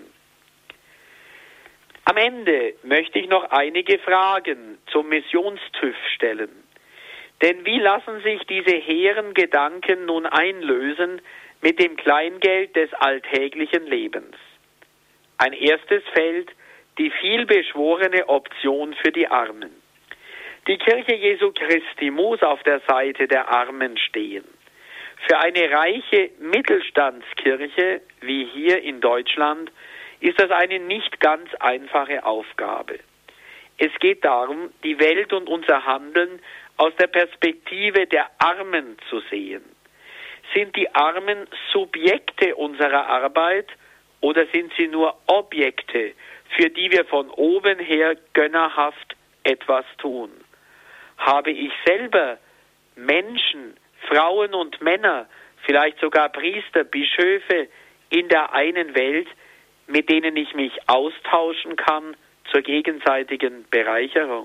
Am Ende möchte ich noch einige Fragen zum Missionstüv stellen. Denn wie lassen sich diese hehren Gedanken nun einlösen mit dem Kleingeld des alltäglichen Lebens? Ein erstes Feld, die vielbeschworene Option für die Armen. Die Kirche Jesu Christi muss auf der Seite der Armen stehen. Für eine reiche Mittelstandskirche, wie hier in Deutschland, ist das eine nicht ganz einfache Aufgabe. Es geht darum, die Welt und unser Handeln aus der Perspektive der Armen zu sehen. Sind die Armen Subjekte unserer Arbeit oder sind sie nur Objekte, für die wir von oben her gönnerhaft etwas tun? Habe ich selber Menschen, Frauen und Männer, vielleicht sogar Priester, Bischöfe in der einen Welt, mit denen ich mich austauschen kann zur gegenseitigen Bereicherung?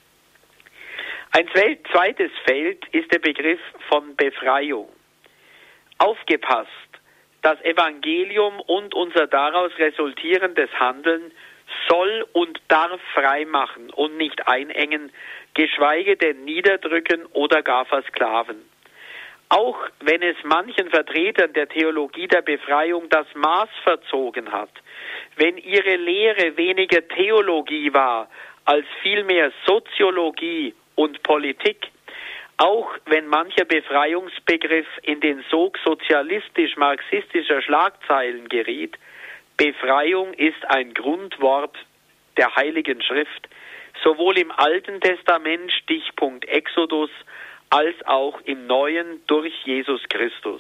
Ein zweites Feld ist der Begriff von Befreiung. Aufgepasst, das Evangelium und unser daraus resultierendes Handeln soll und darf frei machen und nicht einengen, geschweige denn niederdrücken oder gar versklaven. Auch wenn es manchen Vertretern der Theologie der Befreiung das Maß verzogen hat, wenn ihre Lehre weniger Theologie war als vielmehr Soziologie und Politik, auch wenn mancher Befreiungsbegriff in den Sog sozialistisch-marxistischer Schlagzeilen geriet, Befreiung ist ein Grundwort der Heiligen Schrift, sowohl im Alten Testament, Stichpunkt Exodus, als auch im Neuen durch Jesus Christus.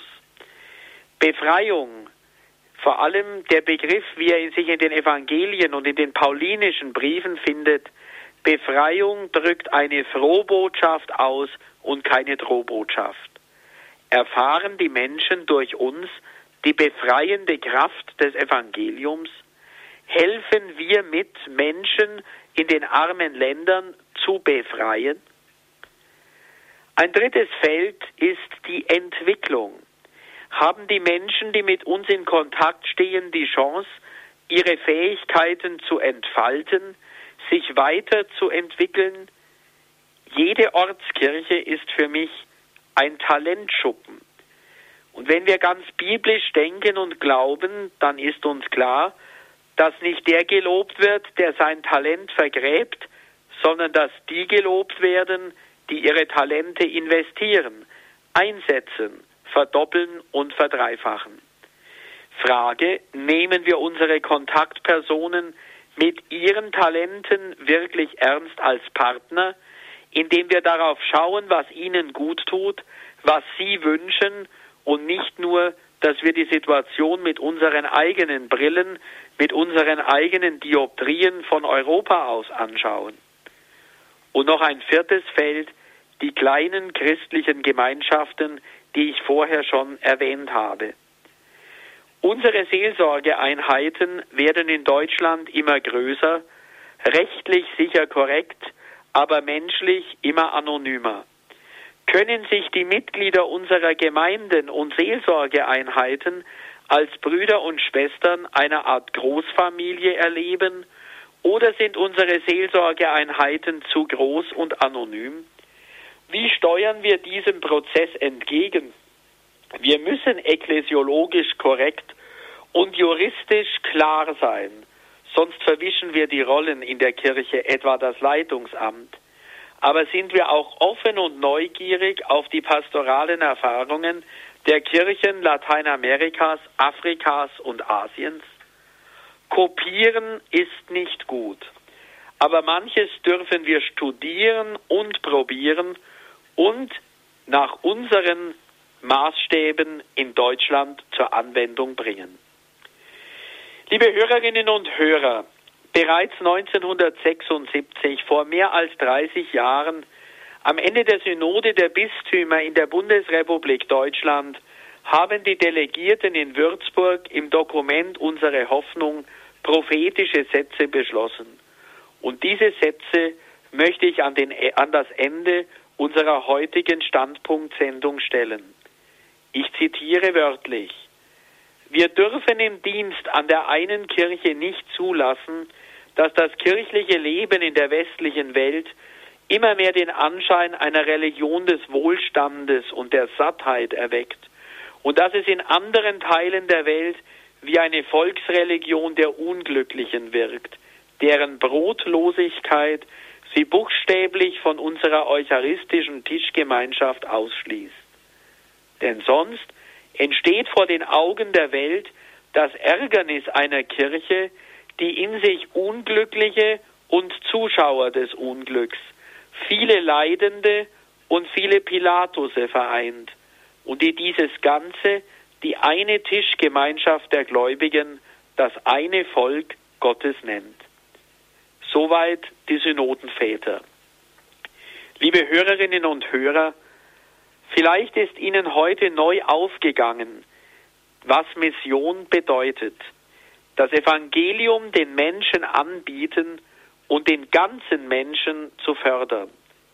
Befreiung, vor allem der Begriff, wie er sich in den Evangelien und in den paulinischen Briefen findet, Befreiung drückt eine Frohbotschaft aus und keine Drohbotschaft. Erfahren die Menschen durch uns die befreiende Kraft des Evangeliums? Helfen wir mit, Menschen in den armen Ländern zu befreien? Ein drittes Feld ist die Entwicklung. Haben die Menschen, die mit uns in Kontakt stehen, die Chance, ihre Fähigkeiten zu entfalten, sich weiterzuentwickeln? Jede Ortskirche ist für mich ein Talentschuppen. Und wenn wir ganz biblisch denken und glauben, dann ist uns klar, dass nicht der gelobt wird, der sein Talent vergräbt, sondern dass die gelobt werden, die ihre Talente investieren, einsetzen, verdoppeln und verdreifachen. Frage, nehmen wir unsere Kontaktpersonen mit ihren Talenten wirklich ernst als Partner, indem wir darauf schauen, was ihnen gut tut, was sie wünschen und nicht nur, dass wir die Situation mit unseren eigenen Brillen, mit unseren eigenen Dioptrien von Europa aus anschauen. Und noch ein viertes Feld, die kleinen christlichen Gemeinschaften, die ich vorher schon erwähnt habe. Unsere Seelsorgeeinheiten werden in Deutschland immer größer, rechtlich sicher korrekt, aber menschlich immer anonymer. Können sich die Mitglieder unserer Gemeinden und Seelsorgeeinheiten als Brüder und Schwestern einer Art Großfamilie erleben, oder sind unsere Seelsorgeeinheiten zu groß und anonym? Wie steuern wir diesem Prozess entgegen? Wir müssen ekklesiologisch korrekt und juristisch klar sein, sonst verwischen wir die Rollen in der Kirche, etwa das Leitungsamt. Aber sind wir auch offen und neugierig auf die pastoralen Erfahrungen der Kirchen Lateinamerikas, Afrikas und Asiens? Kopieren ist nicht gut, aber manches dürfen wir studieren und probieren und nach unseren Maßstäben in Deutschland zur Anwendung bringen. Liebe Hörerinnen und Hörer, bereits neunzehnhundertsechsundsiebzig, vor mehr als dreißig Jahren, am Ende der Synode der Bistümer in der Bundesrepublik Deutschland, haben die Delegierten in Würzburg im Dokument Unsere Hoffnung prophetische Sätze beschlossen. Und diese Sätze möchte ich an, den, an das Ende unserer heutigen Standpunktsendung stellen. Ich zitiere wörtlich: Wir dürfen im Dienst an der einen Kirche nicht zulassen, dass das kirchliche Leben in der westlichen Welt immer mehr den Anschein einer Religion des Wohlstandes und der Sattheit erweckt und dass es in anderen Teilen der Welt wie eine Volksreligion der Unglücklichen wirkt, deren Brotlosigkeit sie buchstäblich von unserer eucharistischen Tischgemeinschaft ausschließt. Denn sonst entsteht vor den Augen der Welt das Ärgernis einer Kirche, die in sich Unglückliche und Zuschauer des Unglücks, viele Leidende und viele Pilatuse vereint und die dieses Ganze die eine Tischgemeinschaft der Gläubigen, das eine Volk Gottes nennt. Soweit die Synodenväter. Liebe Hörerinnen und Hörer, vielleicht ist Ihnen heute neu aufgegangen, was Mission bedeutet. Das Evangelium den Menschen anbieten und den ganzen Menschen zu fördern.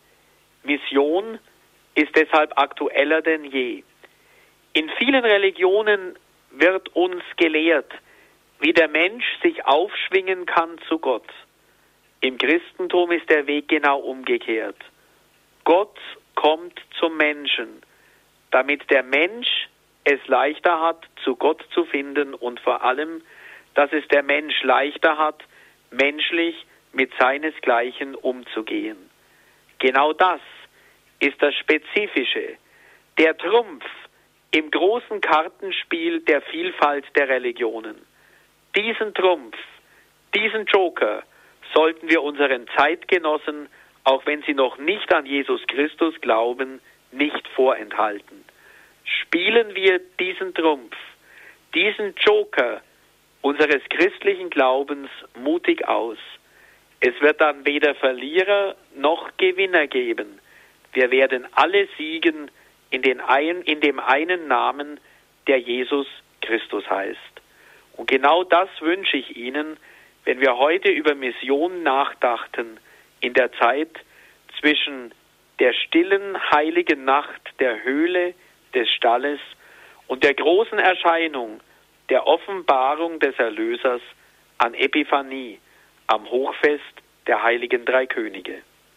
Mission ist deshalb aktueller denn je. In vielen Religionen wird uns gelehrt, wie der Mensch sich aufschwingen kann zu Gott. Im Christentum ist der Weg genau umgekehrt. Gott kommt zum Menschen, damit der Mensch es leichter hat, zu Gott zu finden und vor allem, dass es der Mensch leichter hat, menschlich mit seinesgleichen umzugehen. Genau das ist das Spezifische, der Trumpf im großen Kartenspiel der Vielfalt der Religionen. Diesen Trumpf, diesen Joker sollten wir unseren Zeitgenossen, auch wenn sie noch nicht an Jesus Christus glauben, nicht vorenthalten. Spielen wir diesen Trumpf, diesen Joker unseres christlichen Glaubens mutig aus. Es wird dann weder Verlierer noch Gewinner geben. Wir werden alle siegen in, den ein, in dem einen Namen, der Jesus Christus heißt. Und genau das wünsche ich Ihnen, wenn wir heute über Mission nachdachten, in der Zeit zwischen der stillen, heiligen Nacht der Höhle, des Stalles und der großen Erscheinung, der Offenbarung des Erlösers an Epiphanie, am Hochfest der heiligen drei Könige.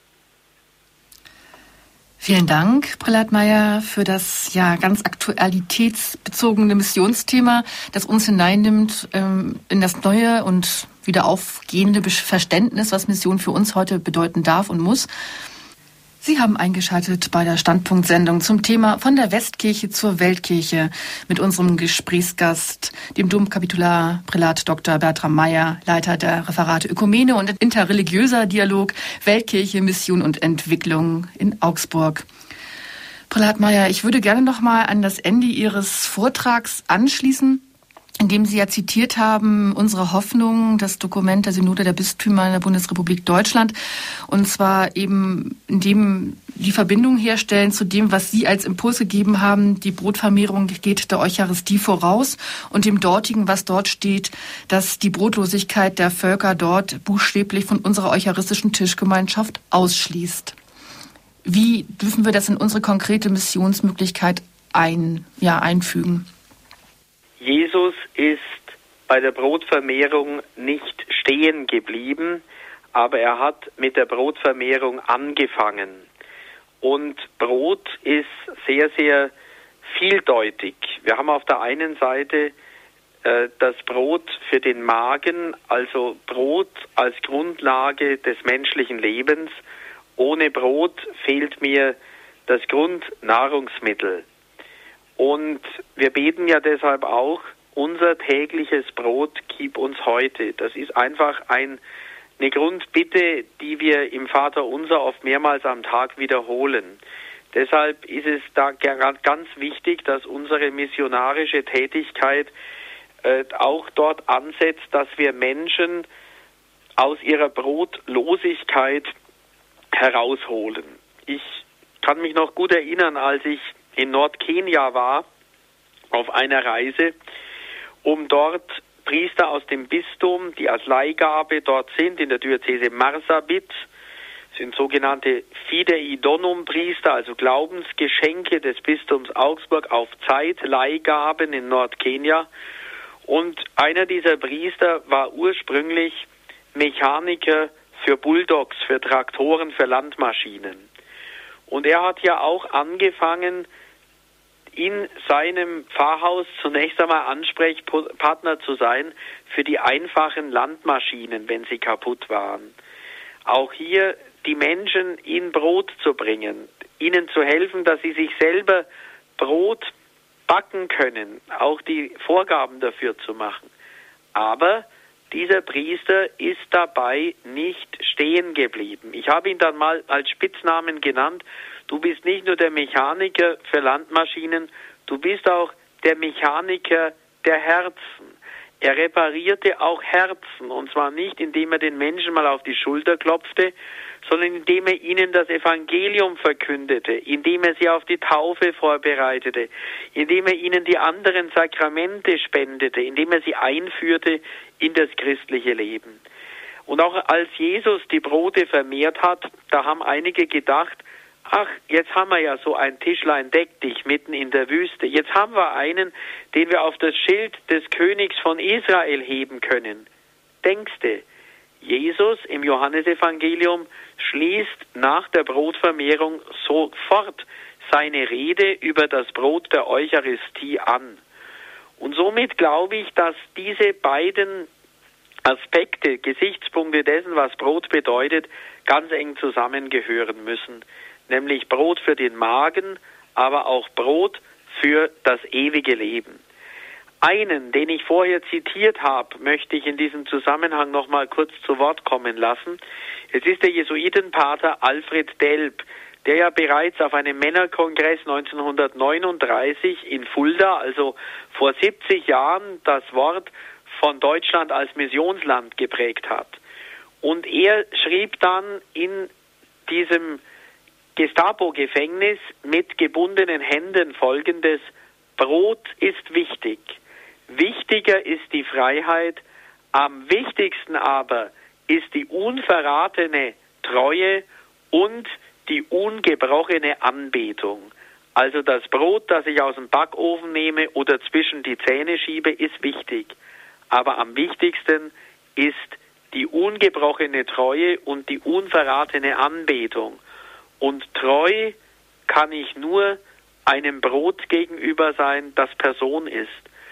Vielen Dank, Prälat Meyer, für das ja ganz aktualitätsbezogene Missionsthema, das uns hineinnimmt ähm, in das neue und wieder aufgehende Verständnis, was Mission für uns heute bedeuten darf und muss. Sie haben eingeschaltet bei der Standpunktsendung zum Thema von der Westkirche zur Weltkirche mit unserem Gesprächsgast, dem Domkapitular Prälat Doktor Bertram Meyer, Leiter der Referate Ökumene und interreligiöser Dialog, Weltkirche, Mission und Entwicklung in Augsburg. Frau Ladmeier, ich würde gerne noch mal an das Ende Ihres Vortrags anschließen, in dem Sie ja zitiert haben, unsere Hoffnung, das Dokument der Synode der Bistümer in der Bundesrepublik Deutschland, und zwar eben, indem die Verbindung herstellen zu dem, was Sie als Impuls gegeben haben. Die Brotvermehrung geht der Eucharistie voraus und dem dortigen, was dort steht, dass die Brotlosigkeit der Völker dort buchstäblich von unserer eucharistischen Tischgemeinschaft ausschließt. Wie dürfen wir das in unsere konkrete Missionsmöglichkeit ein, ja, einfügen? Jesus ist bei der Brotvermehrung nicht stehen geblieben, aber er hat mit der Brotvermehrung angefangen. Und Brot ist sehr, sehr vieldeutig. Wir haben auf der einen Seite äh, das Brot für den Magen, also Brot als Grundlage des menschlichen Lebens. Ohne Brot fehlt mir das Grundnahrungsmittel. Und wir beten ja deshalb auch, unser tägliches Brot gib uns heute. Das ist einfach ein, eine Grundbitte, die wir im Vaterunser oft mehrmals am Tag wiederholen. Deshalb ist es da ganz wichtig, dass unsere missionarische Tätigkeit äh, auch dort ansetzt, dass wir Menschen aus ihrer Brotlosigkeit herausholen. Ich kann mich noch gut erinnern, als ich in Nordkenia war, auf einer Reise, um dort Priester aus dem Bistum, die als Leihgabe dort sind, in der Diözese Marsabit, sind sogenannte Fidei Donum Priester, also Glaubensgeschenke des Bistums Augsburg auf Zeit, Leihgaben in Nordkenia. Und einer dieser Priester war ursprünglich Mechaniker für Bulldogs, für Traktoren, für Landmaschinen. Und er hat ja auch angefangen, in seinem Pfarrhaus zunächst einmal Ansprechpartner zu sein für die einfachen Landmaschinen, wenn sie kaputt waren. Auch hier die Menschen in Brot zu bringen, ihnen zu helfen, dass sie sich selber Brot backen können, auch die Vorgaben dafür zu machen. Aber dieser Priester ist dabei nicht stehen geblieben. Ich habe ihn dann mal als Spitznamen genannt. Du bist nicht nur der Mechaniker für Landmaschinen, du bist auch der Mechaniker der Herzen. Er reparierte auch Herzen, und zwar nicht, indem er den Menschen mal auf die Schulter klopfte, sondern indem er ihnen das Evangelium verkündete, indem er sie auf die Taufe vorbereitete, indem er ihnen die anderen Sakramente spendete, indem er sie einführte in das christliche Leben. Und auch als Jesus die Brote vermehrt hat, da haben einige gedacht, ach, jetzt haben wir ja so ein Tischlein deck dich mitten in der Wüste. Jetzt haben wir einen, den wir auf das Schild des Königs von Israel heben können. Denkste, Jesus im Johannesevangelium schließt nach der Brotvermehrung sofort seine Rede über das Brot der Eucharistie an. Und somit glaube ich, dass diese beiden Aspekte, Gesichtspunkte dessen, was Brot bedeutet, ganz eng zusammengehören müssen. Nämlich Brot für den Magen, aber auch Brot für das ewige Leben. Einen, den ich vorher zitiert habe, möchte ich in diesem Zusammenhang noch mal kurz zu Wort kommen lassen. Es ist der Jesuitenpater Alfred Delp, der ja bereits auf einem Männerkongress neunzehnhundertneununddreißig in Fulda, also vor siebzig Jahren, das Wort von Deutschland als Missionsland geprägt hat. Und er schrieb dann in diesem Gestapo-Gefängnis mit gebundenen Händen Folgendes: Brot ist wichtig. Wichtiger ist die Freiheit. Am wichtigsten aber ist die unverratene Treue und die ungebrochene Anbetung. Also das Brot, das ich aus dem Backofen nehme oder zwischen die Zähne schiebe, ist wichtig. Aber am wichtigsten ist die ungebrochene Treue und die unverratene Anbetung. Und treu kann ich nur einem Brot gegenüber sein, das Person ist.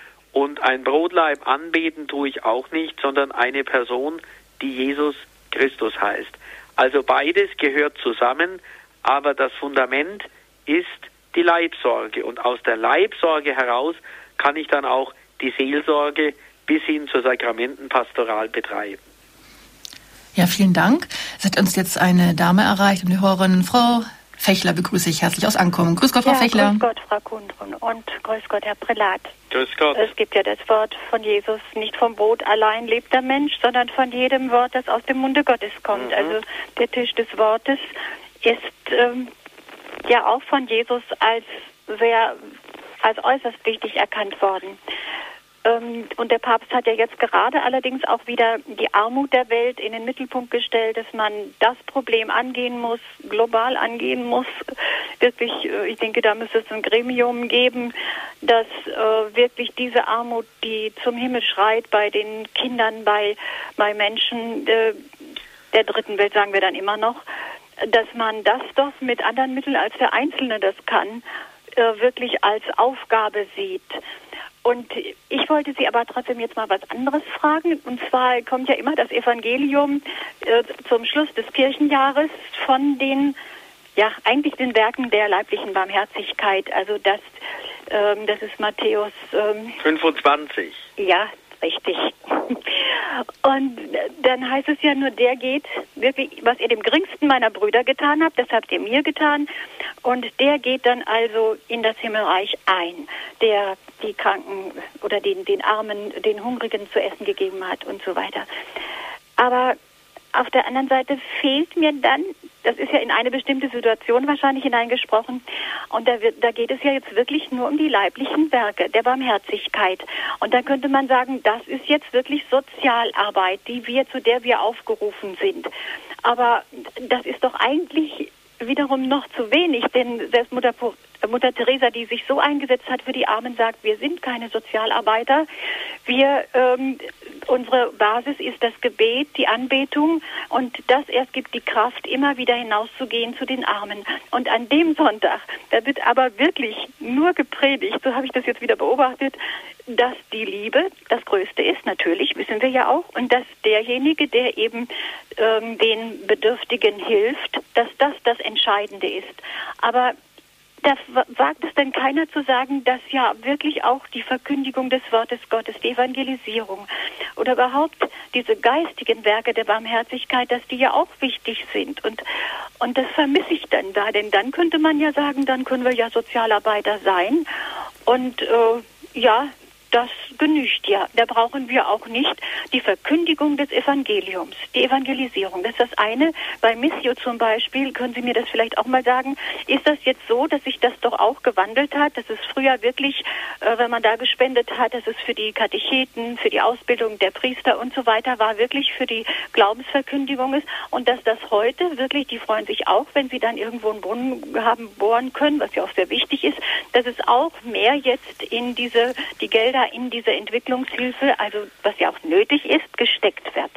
Und ein Brotleib anbeten tue ich auch nicht, sondern eine Person, die Jesus Christus heißt. Also beides gehört zusammen, aber das Fundament ist die Leibsorge. Und aus der Leibsorge heraus kann ich dann auch die Seelsorge bis hin zur Sakramentenpastoral betreiben. Ja, vielen Dank. Es hat uns jetzt eine Dame erreicht, eine Hörerin, Frau Fechler begrüße ich herzlich aus Ankommen. Grüß Gott, Frau ja, Fechler. Grüß Gott, Frau Kundrun, und grüß Gott, Herr Prälat. Grüß Gott. Es gibt ja das Wort von Jesus, nicht vom Brot allein lebt der Mensch, sondern von jedem Wort, das aus dem Munde Gottes kommt. Mhm. Also der Tisch des Wortes ist ähm, ja auch von Jesus als sehr, als äußerst wichtig erkannt worden. Ähm, und der Papst hat ja jetzt gerade allerdings auch wieder die Armut der Welt in den Mittelpunkt gestellt, dass man das Problem angehen muss, global angehen muss. Wirklich, äh, ich denke, da müsste es ein Gremium geben, dass äh, wirklich diese Armut, die zum Himmel schreit bei den Kindern, bei, bei Menschen äh, der dritten Welt, sagen wir dann immer noch, dass man das doch mit anderen Mitteln, als der Einzelne das kann, äh, wirklich als Aufgabe sieht. Und ich wollte Sie aber trotzdem jetzt mal was anderes fragen. Und zwar kommt ja immer das Evangelium äh, zum Schluss des Kirchenjahres von den, ja, eigentlich den Werken der leiblichen Barmherzigkeit. Also das, ähm, das ist Matthäus ähm, fünfundzwanzig. Ja, richtig. Und dann heißt es ja nur, der geht wirklich, was ihr dem geringsten meiner Brüder getan habt, das habt ihr mir getan. Und der geht dann also in das Himmelreich ein, der die Kranken oder den, den Armen, den Hungrigen zu essen gegeben hat und so weiter. Aber auf der anderen Seite fehlt mir dann, das ist ja in eine bestimmte Situation wahrscheinlich hineingesprochen, und da, wird, da geht es ja jetzt wirklich nur um die leiblichen Werke der Barmherzigkeit. Und da könnte man sagen, das ist jetzt wirklich Sozialarbeit, die wir, zu der wir aufgerufen sind. Aber das ist doch eigentlich wiederum noch zu wenig, denn selbst Mutter, Mutter Teresa, die sich so eingesetzt hat für die Armen, sagt, wir sind keine Sozialarbeiter. Wir, ähm, unsere Basis ist das Gebet, die Anbetung, und das erst gibt die Kraft, immer wieder hinauszugehen zu den Armen. Und an dem Sonntag, da wird aber wirklich nur gepredigt, so habe ich das jetzt wieder beobachtet, dass die Liebe das Größte ist, natürlich, wissen wir ja auch, und dass derjenige, der eben ähm, den Bedürftigen hilft, dass das das Entscheidende ist. Aber da wagt es denn keiner zu sagen, dass ja wirklich auch die Verkündigung des Wortes Gottes, die Evangelisierung oder überhaupt diese geistigen Werke der Barmherzigkeit, dass die ja auch wichtig sind. Und, und das vermisse ich dann da, denn dann könnte man ja sagen, dann können wir ja Sozialarbeiter sein. Und äh, ja, das genügt ja. Da brauchen wir auch nicht die Verkündigung des Evangeliums, die Evangelisierung. Das ist das eine. Bei Missio zum Beispiel, können Sie mir das vielleicht auch mal sagen, ist das jetzt so, dass sich das doch auch gewandelt hat, dass es früher wirklich, äh, wenn man da gespendet hat, dass es für die Katecheten, für die Ausbildung der Priester und so weiter war, wirklich für die Glaubensverkündigung ist, und dass das heute wirklich, die freuen sich auch, wenn sie dann irgendwo einen Brunnen haben bohren können, was ja auch sehr wichtig ist, dass es auch mehr jetzt in diese, die Gelder in diese Entwicklungshilfe, also was ja auch nötig ist, gesteckt wird.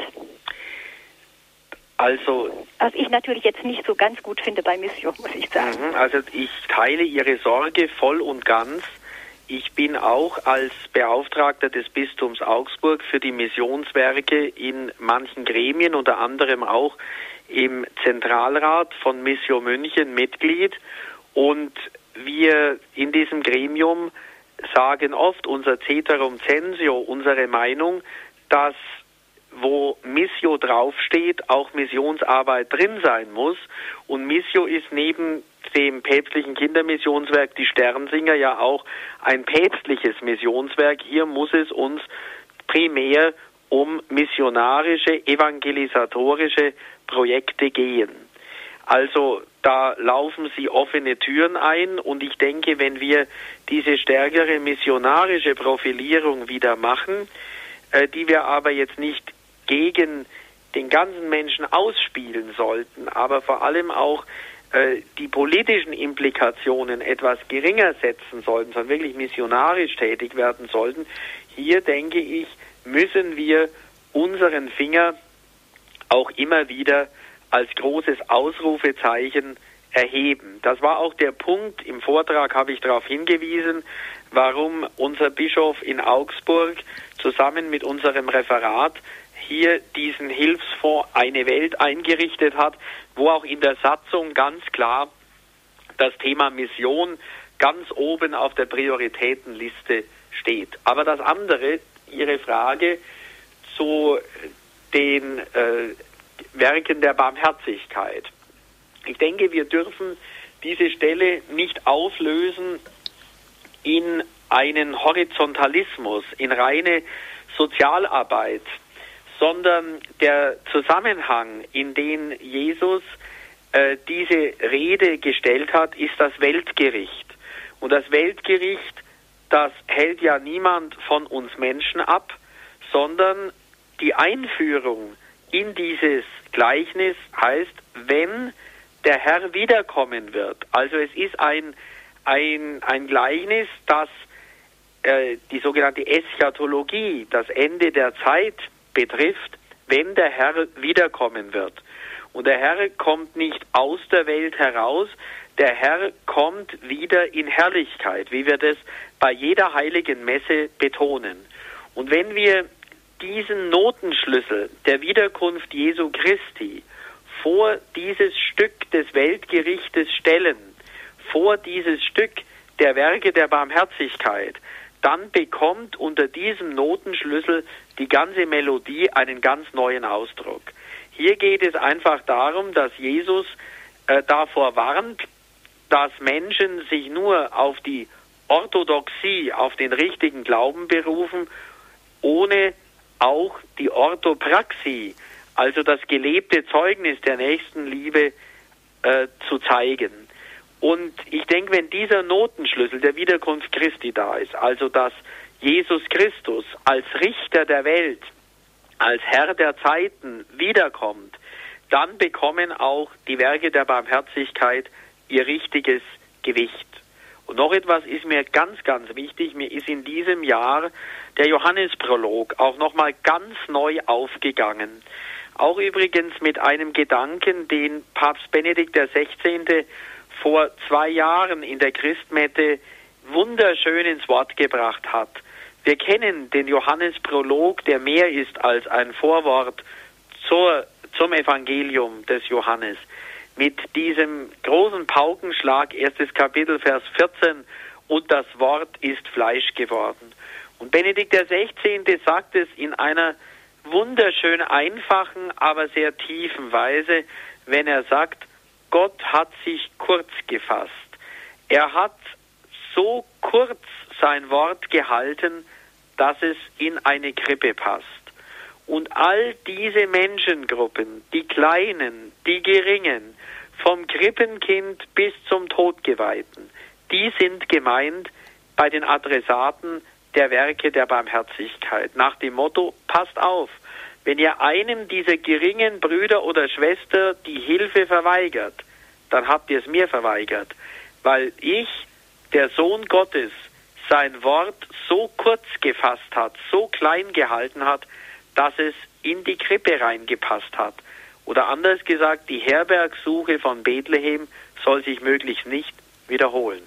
Also, was ich natürlich jetzt nicht so ganz gut finde bei Mission, muss ich sagen. Also ich teile Ihre Sorge voll und ganz. Ich bin auch als Beauftragter des Bistums Augsburg für die Missionswerke in manchen Gremien, unter anderem auch im Zentralrat von Missio München Mitglied. Und wir in diesem Gremium sagen oft, unser Ceterum Censeo, unsere Meinung, dass wo Missio draufsteht, auch Missionsarbeit drin sein muss. Und Missio ist neben dem päpstlichen Kindermissionswerk Die Sternsinger ja auch ein päpstliches Missionswerk. Hier muss es uns primär um missionarische, evangelisatorische Projekte gehen. Also da laufen Sie offene Türen ein, und ich denke, wenn wir diese stärkere missionarische Profilierung wieder machen, äh, die wir aber jetzt nicht gegen den ganzen Menschen ausspielen sollten, aber vor allem auch äh, die politischen Implikationen etwas geringer setzen sollten, sondern wirklich missionarisch tätig werden sollten, hier denke ich, müssen wir unseren Finger auch immer wieder als großes Ausrufezeichen erheben. Das war auch der Punkt, im Vortrag habe ich darauf hingewiesen, warum unser Bischof in Augsburg zusammen mit unserem Referat hier diesen Hilfsfonds Eine Welt eingerichtet hat, wo auch in der Satzung ganz klar das Thema Mission ganz oben auf der Prioritätenliste steht. Aber das andere, Ihre Frage zu den äh, Werken der Barmherzigkeit. Ich denke, wir dürfen diese Stelle nicht auflösen in einen Horizontalismus, in reine Sozialarbeit, sondern der Zusammenhang, in den Jesus äh, diese Rede gestellt hat, ist das Weltgericht. Und das Weltgericht, das hält ja niemand von uns Menschen ab, sondern die Einführung in dieses Gleichnis heißt, wenn der Herr wiederkommen wird. Also es ist ein, ein, ein Gleichnis, das äh, die sogenannte Eschatologie, das Ende der Zeit betrifft, wenn der Herr wiederkommen wird. Und der Herr kommt nicht aus der Welt heraus, der Herr kommt wieder in Herrlichkeit, wie wir das bei jeder heiligen Messe betonen. Und wenn wir diesen Notenschlüssel der Wiederkunft Jesu Christi vor dieses Stück des Weltgerichtes stellen, vor dieses Stück der Werke der Barmherzigkeit, dann bekommt unter diesem Notenschlüssel die ganze Melodie einen ganz neuen Ausdruck. Hier geht es einfach darum, dass Jesus äh, davor warnt, dass Menschen sich nur auf die Orthodoxie, auf den richtigen Glauben berufen, ohne auch die Orthopraxie, also das gelebte Zeugnis der Nächstenliebe äh, zu zeigen. Und ich denke, wenn dieser Notenschlüssel der Wiederkunft Christi da ist, also dass Jesus Christus als Richter der Welt, als Herr der Zeiten wiederkommt, dann bekommen auch die Werke der Barmherzigkeit ihr richtiges Gewicht. Und noch etwas ist mir ganz, ganz wichtig. Mir ist in diesem Jahr der Johannesprolog auch nochmal ganz neu aufgegangen. Auch übrigens mit einem Gedanken, den Papst Benedikt der Sechzehnte vor zwei Jahren in der Christmette wunderschön ins Wort gebracht hat. Wir kennen den Johannesprolog, der mehr ist als ein Vorwort zur, zum Evangelium des Johannes. Mit diesem großen Paukenschlag, erstes Kapitel, Vers vierzehn, und das Wort ist Fleisch geworden. Und Benedikt der Sechzehnte sagt es in einer wunderschön einfachen, aber sehr tiefen Weise, wenn er sagt, Gott hat sich kurz gefasst. Er hat so kurz sein Wort gehalten, dass es in eine Krippe passt. Und all diese Menschengruppen, die Kleinen, die Geringen, vom Krippenkind bis zum Todgeweihten, die sind gemeint bei den Adressaten der Werke der Barmherzigkeit. Nach dem Motto, passt auf, wenn ihr einem dieser geringen Brüder oder Schwester die Hilfe verweigert, dann habt ihr es mir verweigert, weil ich, der Sohn Gottes, sein Wort so kurz gefasst hat, so klein gehalten hat, dass es in die Krippe reingepasst hat. Oder anders gesagt, die Herbergsuche von Bethlehem soll sich möglichst nicht wiederholen.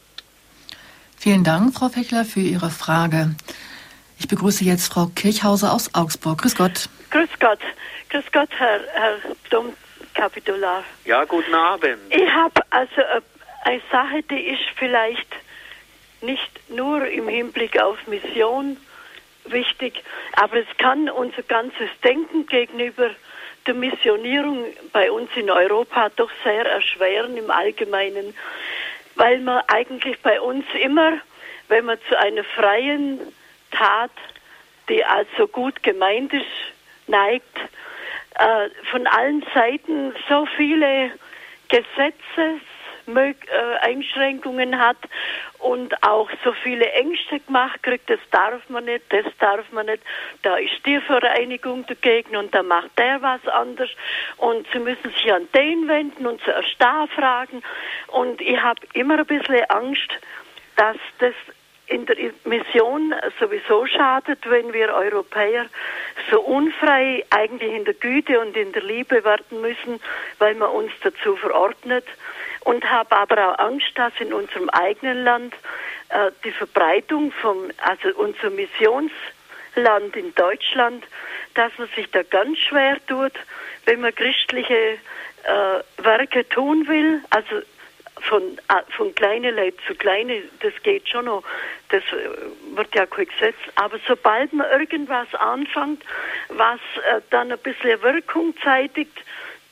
Vielen Dank, Frau Fechler, für Ihre Frage. Ich begrüße jetzt Frau Kirchhauser aus Augsburg. Grüß Gott. Grüß Gott. Grüß Gott, Herr, Herr Domkapitular. Ja, guten Abend. Ich habe also eine Sache, die ist vielleicht nicht nur im Hinblick auf Mission wichtig, aber es kann unser ganzes Denken gegenüber der Missionierung bei uns in Europa doch sehr erschweren im Allgemeinen, weil man eigentlich bei uns immer, wenn man zu einer freien Tat, die also gut gemeint ist, neigt, äh, von allen Seiten so viele Gesetze, Einschränkungen hat und auch so viele Ängste gemacht kriegt, das darf man nicht, das darf man nicht, da ist die Vereinigung dagegen und da macht der was anderes und sie müssen sich an den wenden und zuerst da fragen und ich habe immer ein bisschen Angst, dass das in der Mission sowieso schadet, wenn wir Europäer so unfrei eigentlich in der Güte und in der Liebe werden müssen, weil man uns dazu verordnet. Und habe aber auch Angst, dass in unserem eigenen Land äh, die Verbreitung vom, also unser Missionsland in Deutschland, dass man sich da ganz schwer tut, wenn man christliche äh, Werke tun will, also von, äh, von kleinen Leuten zu kleinen, das geht schon noch, das äh, wird ja kein Gesetz, aber sobald man irgendwas anfängt, was äh, dann ein bisschen Wirkung zeitigt,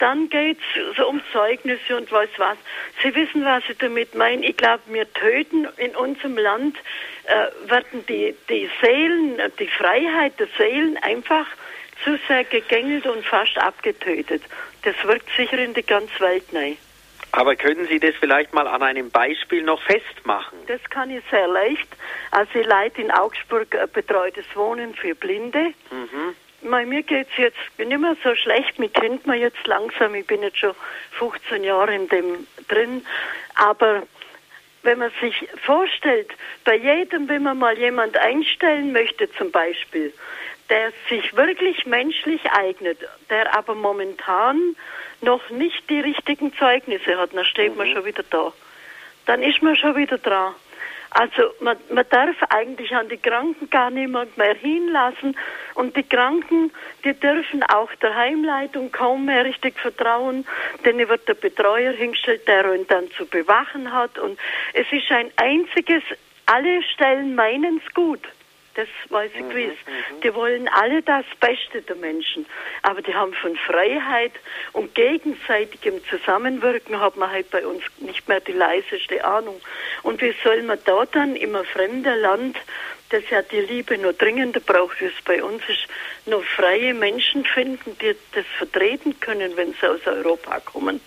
dann geht's so um Zeugnisse und weiß was. Sie wissen, was ich damit meine. Ich glaube, wir töten in unserem Land, äh, werden die, die Seelen, die Freiheit der Seelen einfach zu sehr gegängelt und fast abgetötet. Das wirkt sicher in die ganze Welt rein. Aber können Sie das vielleicht mal an einem Beispiel noch festmachen? Das kann ich sehr leicht. Also ich leite in Augsburg ein betreutes Wohnen für Blinde. Mhm. Bei mir geht es jetzt nicht mehr so schlecht, mich kennt man jetzt langsam, ich bin jetzt schon fünfzehn Jahre in dem drin, aber wenn man sich vorstellt, bei jedem, wenn man mal jemand einstellen möchte zum Beispiel, der sich wirklich menschlich eignet, der aber momentan noch nicht die richtigen Zeugnisse hat, dann steht mhm. man schon wieder da. Dann ist man schon wieder dran. Also man, man darf eigentlich an die Kranken gar niemand mehr hinlassen und die Kranken, die dürfen auch der Heimleitung kaum mehr richtig vertrauen, denn hier wird der Betreuer hingestellt, der ihn dann zu bewachen hat und es ist ein einziges, alle Stellen meinen's gut. Das weiß ich gewiss. Mhm, die wollen alle das Beste der Menschen. Aber die haben von Freiheit und gegenseitigem Zusammenwirken hat man halt bei uns nicht mehr die leiseste Ahnung. Und wie soll man da dann in einem fremden Land, das ja die Liebe noch dringender braucht, wie es bei uns ist, noch freie Menschen finden, die das vertreten können, wenn sie aus Europa kommen?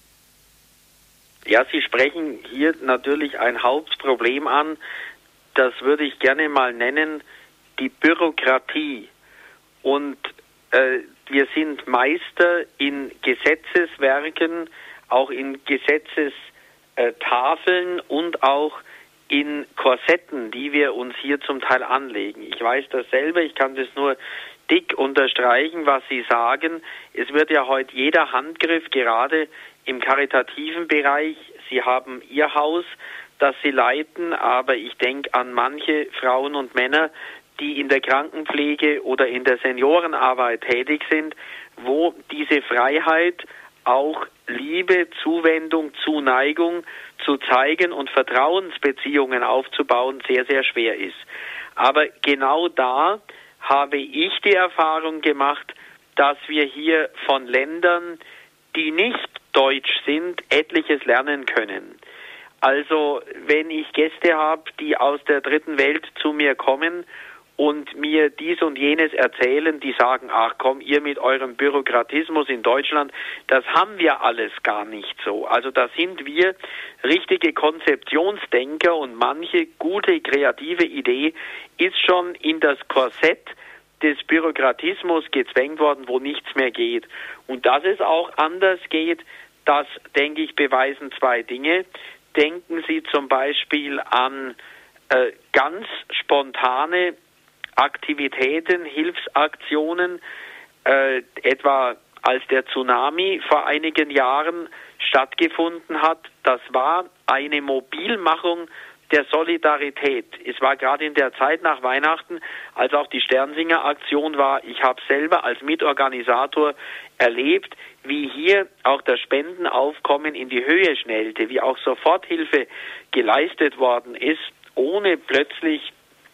Ja, Sie sprechen hier natürlich ein Hauptproblem an. Das würde ich gerne mal nennen, die Bürokratie. Und äh, wir sind Meister in Gesetzeswerken, auch in Gesetzestafeln und auch in Korsetten, die wir uns hier zum Teil anlegen. Ich weiß das selber, ich kann das nur dick unterstreichen, was Sie sagen. Es wird ja heute jeder Handgriff, gerade im karitativen Bereich, Sie haben Ihr Haus, das Sie leiten, aber ich denke an manche Frauen und Männer, die in der Krankenpflege oder in der Seniorenarbeit tätig sind, wo diese Freiheit, auch Liebe, Zuwendung, Zuneigung zu zeigen und Vertrauensbeziehungen aufzubauen, sehr, sehr schwer ist. Aber genau da habe ich die Erfahrung gemacht, dass wir hier von Ländern, die nicht deutsch sind, etliches lernen können. Also wenn ich Gäste habe, die aus der dritten Welt zu mir kommen und mir dies und jenes erzählen, die sagen, ach komm, ihr mit eurem Bürokratismus in Deutschland, das haben wir alles gar nicht so. Also da sind wir richtige Konzeptionsdenker und manche gute kreative Idee ist schon in das Korsett des Bürokratismus gezwängt worden, wo nichts mehr geht. Und dass es auch anders geht, das, denke ich, beweisen zwei Dinge. Denken Sie zum Beispiel an äh, ganz spontane Aktivitäten, Hilfsaktionen, äh, etwa als der Tsunami vor einigen Jahren stattgefunden hat. Das war eine Mobilmachung der Solidarität. Es war gerade in der Zeit nach Weihnachten, als auch die Sternsinger-Aktion war. Ich habe selber als Mitorganisator erlebt, wie hier auch das Spendenaufkommen in die Höhe schnellte, wie auch Soforthilfe geleistet worden ist, ohne plötzlich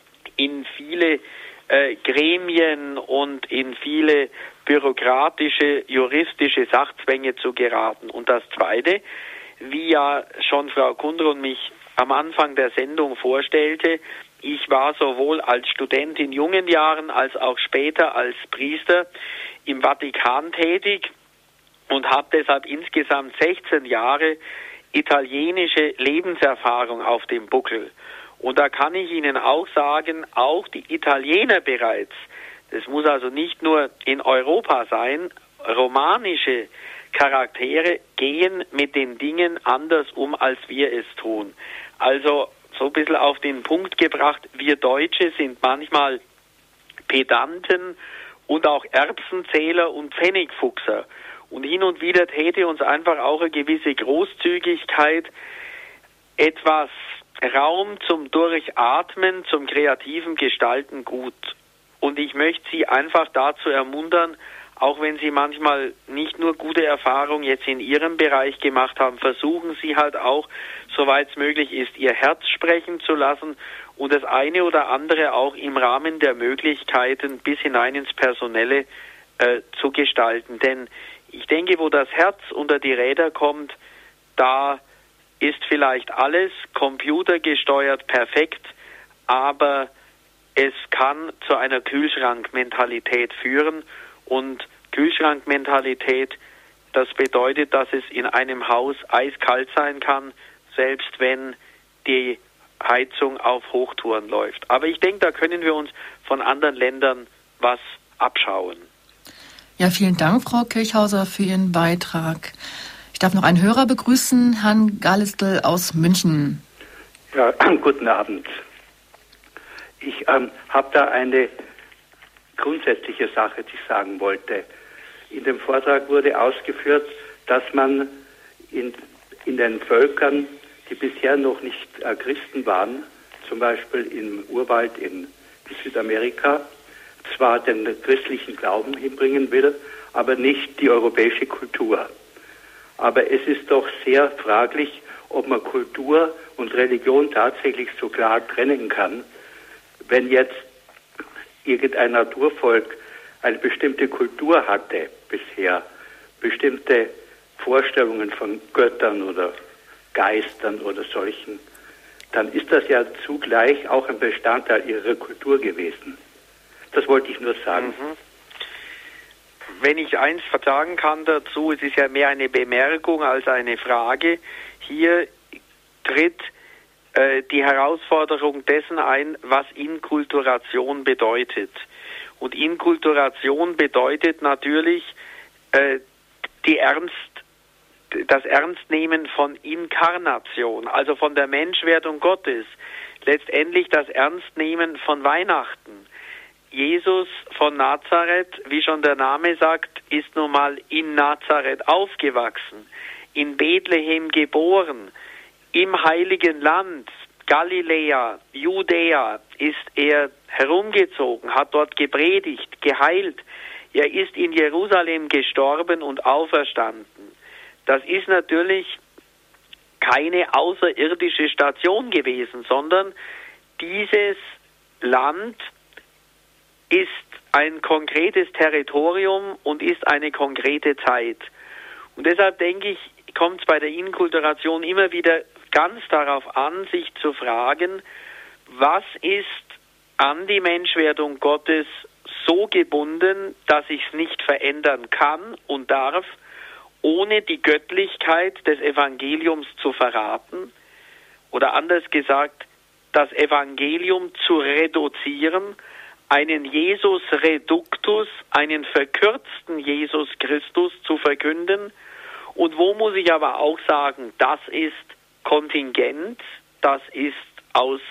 in viele äh, Gremien und in viele bürokratische, juristische Sachzwänge zu geraten. Und das Zweite, wie ja schon Frau Kundrun mich am Anfang der Sendung vorstellte, ich war sowohl als Student in jungen Jahren als auch später als Priester im Vatikan tätig und habe deshalb insgesamt sechzehn Jahre italienische Lebenserfahrung auf dem Buckel. Und da kann ich Ihnen auch sagen, auch die Italiener bereits, das muss also nicht nur in Europa sein, romanische Charaktere gehen mit den Dingen anders um, als wir es tun. Also so ein bisschen auf den Punkt gebracht, wir Deutsche sind manchmal Pedanten und auch Erbsenzähler und Pfennigfuchser. Und hin und wieder täte uns einfach auch eine gewisse Großzügigkeit, etwas Raum zum Durchatmen, zum kreativen Gestalten gut. Und ich möchte Sie einfach dazu ermuntern, auch wenn Sie manchmal nicht nur gute Erfahrungen jetzt in Ihrem Bereich gemacht haben, versuchen Sie halt auch, soweit es möglich ist, Ihr Herz sprechen zu lassen und das eine oder andere auch im Rahmen der Möglichkeiten bis hinein ins Personelle äh, zu gestalten. Denn Ich denke, wo das Herz unter die Räder kommt, da ist vielleicht alles computergesteuert perfekt, aber es kann zu einer Kühlschrankmentalität führen. Und Kühlschrankmentalität, das bedeutet, dass es in einem Haus eiskalt sein kann, selbst wenn die Heizung auf Hochtouren läuft. Aber ich denke, da können wir uns von anderen Ländern was abschauen. Ja, vielen Dank, Frau Kirchhauser, für Ihren Beitrag. Ich darf noch einen Hörer begrüßen, Herrn Gallistel aus München. Ja, guten Abend. Ich ähm, habe da eine grundsätzliche Sache, die ich sagen wollte. In dem Vortrag wurde ausgeführt, dass man in, in den Völkern, die bisher noch nicht äh, Christen waren, zum Beispiel im Urwald in, in Südamerika, zwar den christlichen Glauben hinbringen will, aber nicht die europäische Kultur. Aber es ist doch sehr fraglich, ob man Kultur und Religion tatsächlich so klar trennen kann. Wenn jetzt irgendein Naturvolk eine bestimmte Kultur hatte bisher, bestimmte Vorstellungen von Göttern oder Geistern oder solchen, dann ist das ja zugleich auch ein Bestandteil ihrer Kultur gewesen. Das wollte ich nur sagen. Mhm. Wenn ich eins sagen kann dazu, es ist ja mehr eine Bemerkung als eine Frage. Hier tritt äh, die Herausforderung dessen ein, was Inkulturation bedeutet. Und Inkulturation bedeutet natürlich äh, die Ernst, das Ernstnehmen von Inkarnation, also von der Menschwerdung Gottes. Letztendlich das Ernstnehmen von Weihnachten. Jesus von Nazareth, wie schon der Name sagt, ist nun mal in Nazareth aufgewachsen, in Bethlehem geboren, im Heiligen Land, Galiläa, Judäa, ist er herumgezogen, hat dort gepredigt, geheilt. Er ist in Jerusalem gestorben und auferstanden. Das ist natürlich keine außerirdische Station gewesen, sondern dieses Land ist ein konkretes Territorium und ist eine konkrete Zeit. Und deshalb denke ich, kommt es bei der Inkulturation immer wieder ganz darauf an, sich zu fragen, was ist an die Menschwerdung Gottes so gebunden, dass ich es nicht verändern kann und darf, ohne die Göttlichkeit des Evangeliums zu verraten, oder anders gesagt, das Evangelium zu reduzieren, einen Jesus Reductus, einen verkürzten Jesus Christus zu verkünden. Und wo muss ich aber auch sagen, das ist kontingent, das ist aus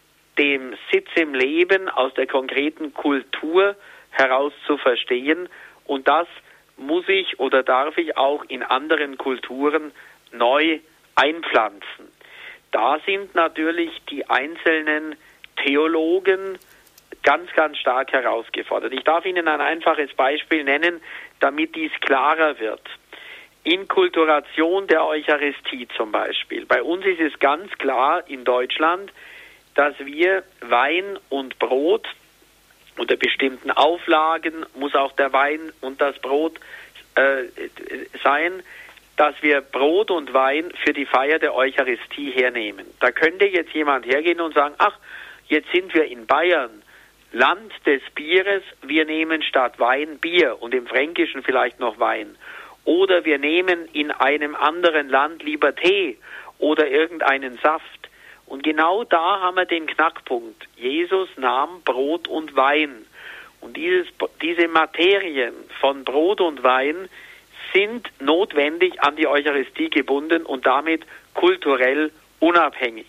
dem Sitz im Leben, aus der konkreten Kultur heraus zu verstehen. Und das muss ich oder darf ich auch in anderen Kulturen neu einpflanzen. Da sind natürlich die einzelnen Theologen ganz, ganz stark herausgefordert. Ich darf Ihnen ein einfaches Beispiel nennen, damit dies klarer wird. Inkulturation der Eucharistie zum Beispiel. Bei uns ist es ganz klar in Deutschland, dass wir Wein und Brot unter bestimmten Auflagen, muss auch der Wein und das Brot äh, sein, dass wir Brot und Wein für die Feier der Eucharistie hernehmen. Da könnte jetzt jemand hergehen und sagen, ach, jetzt sind wir in Bayern, Land des Bieres, wir nehmen statt Wein Bier und im Fränkischen vielleicht noch Wein. Oder wir nehmen in einem anderen Land lieber Tee oder irgendeinen Saft. Und genau da haben wir den Knackpunkt. Jesus nahm Brot und Wein. Und dieses, diese Materien von Brot und Wein sind notwendig an die Eucharistie gebunden und damit kulturell unabhängig.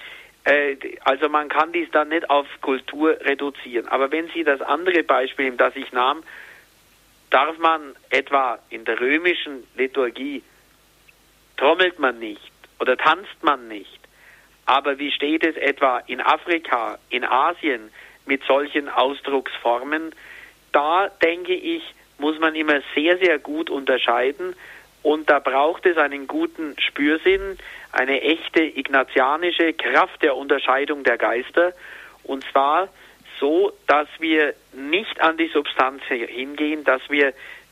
Äh, also man kann dies dann nicht auf Kultur reduzieren. Aber wenn Sie das andere Beispiel nehmen, das ich nahm, darf man etwa in der römischen Liturgie, trommelt man nicht oder tanzt man nicht. Aber wie steht es etwa in Afrika, in Asien mit solchen Ausdrucksformen? Da, denke ich, muss man immer sehr, sehr gut unterscheiden. Und da braucht es einen guten Spürsinn, eine echte ignatianische Kraft der Unterscheidung der Geister. Und zwar so, dass wir nicht an die Substanz hingehen, dass wir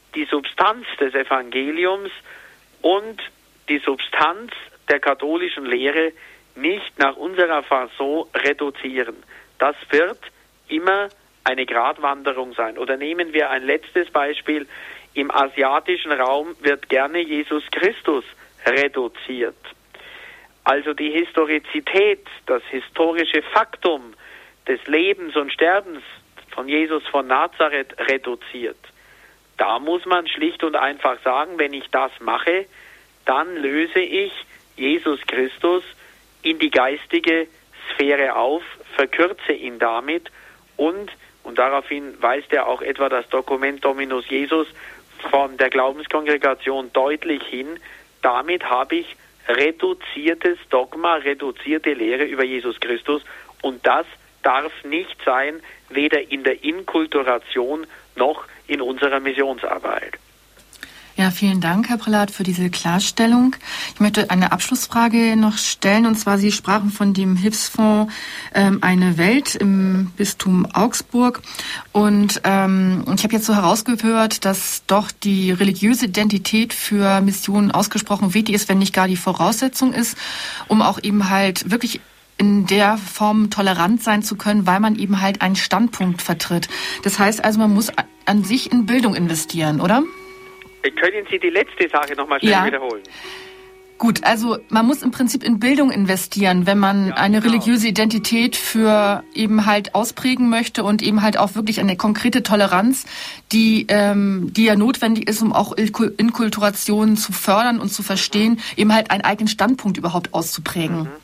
die Substanz des Evangeliums und die Substanz der katholischen Lehre nicht nach unserer Fasson reduzieren. Das wird immer eine Gratwanderung sein. Oder nehmen wir ein letztes Beispiel. Im asiatischen Raum wird gerne Jesus Christus reduziert. Also die Historizität, das historische Faktum des Lebens und Sterbens von Jesus von Nazareth reduziert. Da muss man schlicht und einfach sagen, wenn ich das mache, dann löse ich Jesus Christus in die geistige Sphäre auf, verkürze ihn damit und, und daraufhin weist ja auch etwa das Dokument Dominus Jesus von der Glaubenskongregation deutlich hin, damit habe ich reduziertes Dogma, reduzierte Lehre über Jesus Christus und das darf nicht sein, weder in der Inkulturation noch in unserer Missionsarbeit. Ja, vielen Dank, Herr Prälat, für diese Klarstellung. Ich möchte eine Abschlussfrage noch stellen, und zwar, Sie sprachen von dem Hilfsfonds ähm, Eine Welt im Bistum Augsburg. Und ähm, ich habe jetzt so herausgehört, dass doch die religiöse Identität für Missionen ausgesprochen wichtig ist, wenn nicht gar die Voraussetzung ist, um auch eben halt wirklich in der Form tolerant sein zu können, weil man eben halt einen Standpunkt vertritt. Das heißt also, man muss an sich in Bildung investieren, oder? Können Sie die letzte Sache nochmal schnell ja. wiederholen? Gut, also man muss im Prinzip in Bildung investieren, wenn man ja, eine genau. religiöse Identität für eben halt ausprägen möchte und eben halt auch wirklich eine konkrete Toleranz, die ähm, die ja notwendig ist, um auch Inkulturation zu fördern und zu verstehen, mhm. eben halt einen eigenen Standpunkt überhaupt auszuprägen. Mhm.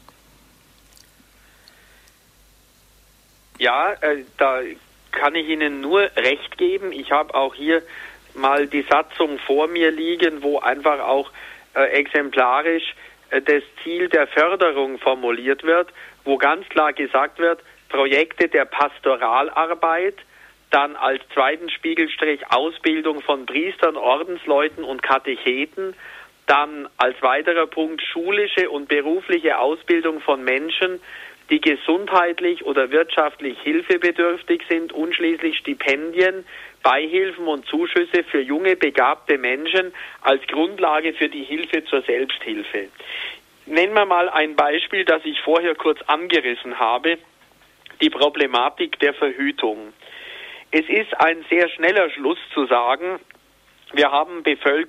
Ja, äh, da kann ich Ihnen nur recht geben. Ich habe auch hier mal die Satzung vor mir liegen, wo einfach auch äh, exemplarisch äh, das Ziel der Förderung formuliert wird, wo ganz klar gesagt wird, Projekte der Pastoralarbeit, dann als zweiten Spiegelstrich Ausbildung von Priestern, Ordensleuten und Katecheten, dann als weiterer Punkt schulische und berufliche Ausbildung von Menschen, die gesundheitlich oder wirtschaftlich hilfebedürftig sind, und schließlich Stipendien, Beihilfen und Zuschüsse für junge, begabte Menschen als Grundlage für die Hilfe zur Selbsthilfe. Nennen wir mal ein Beispiel, das ich vorher kurz angerissen habe, die Problematik der Verhütung. Es ist ein sehr schneller Schluss zu sagen, wir haben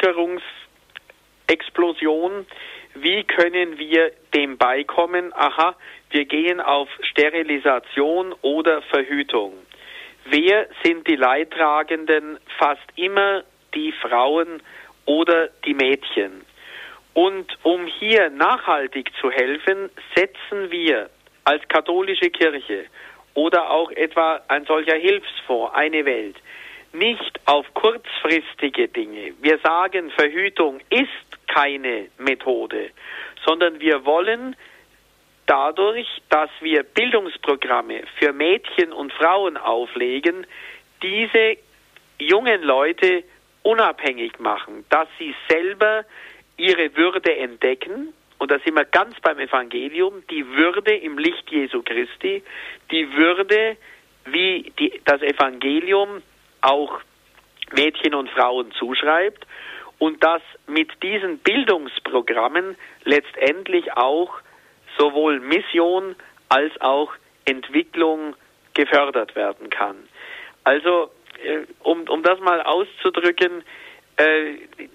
Bevölkerungsexplosion. Wie können wir dem beikommen? Aha, wir gehen auf Sterilisation oder Verhütung. Wer sind die Leidtragenden? Fast immer die Frauen oder die Mädchen. Und um hier nachhaltig zu helfen, setzen wir als katholische Kirche oder auch etwa ein solcher Hilfsfonds, Eine Welt, nicht auf kurzfristige Dinge. Wir sagen, Verhütung ist keine Methode, sondern wir wollen dadurch, dass wir Bildungsprogramme für Mädchen und Frauen auflegen, diese jungen Leute unabhängig machen, dass sie selber ihre Würde entdecken, und da sind wir ganz beim Evangelium, die Würde im Licht Jesu Christi, die Würde, wie die, das Evangelium auch Mädchen und Frauen zuschreibt, und dass mit diesen Bildungsprogrammen letztendlich auch sowohl Mission als auch Entwicklung gefördert werden kann. Also, äh, um, um das mal auszudrücken, äh,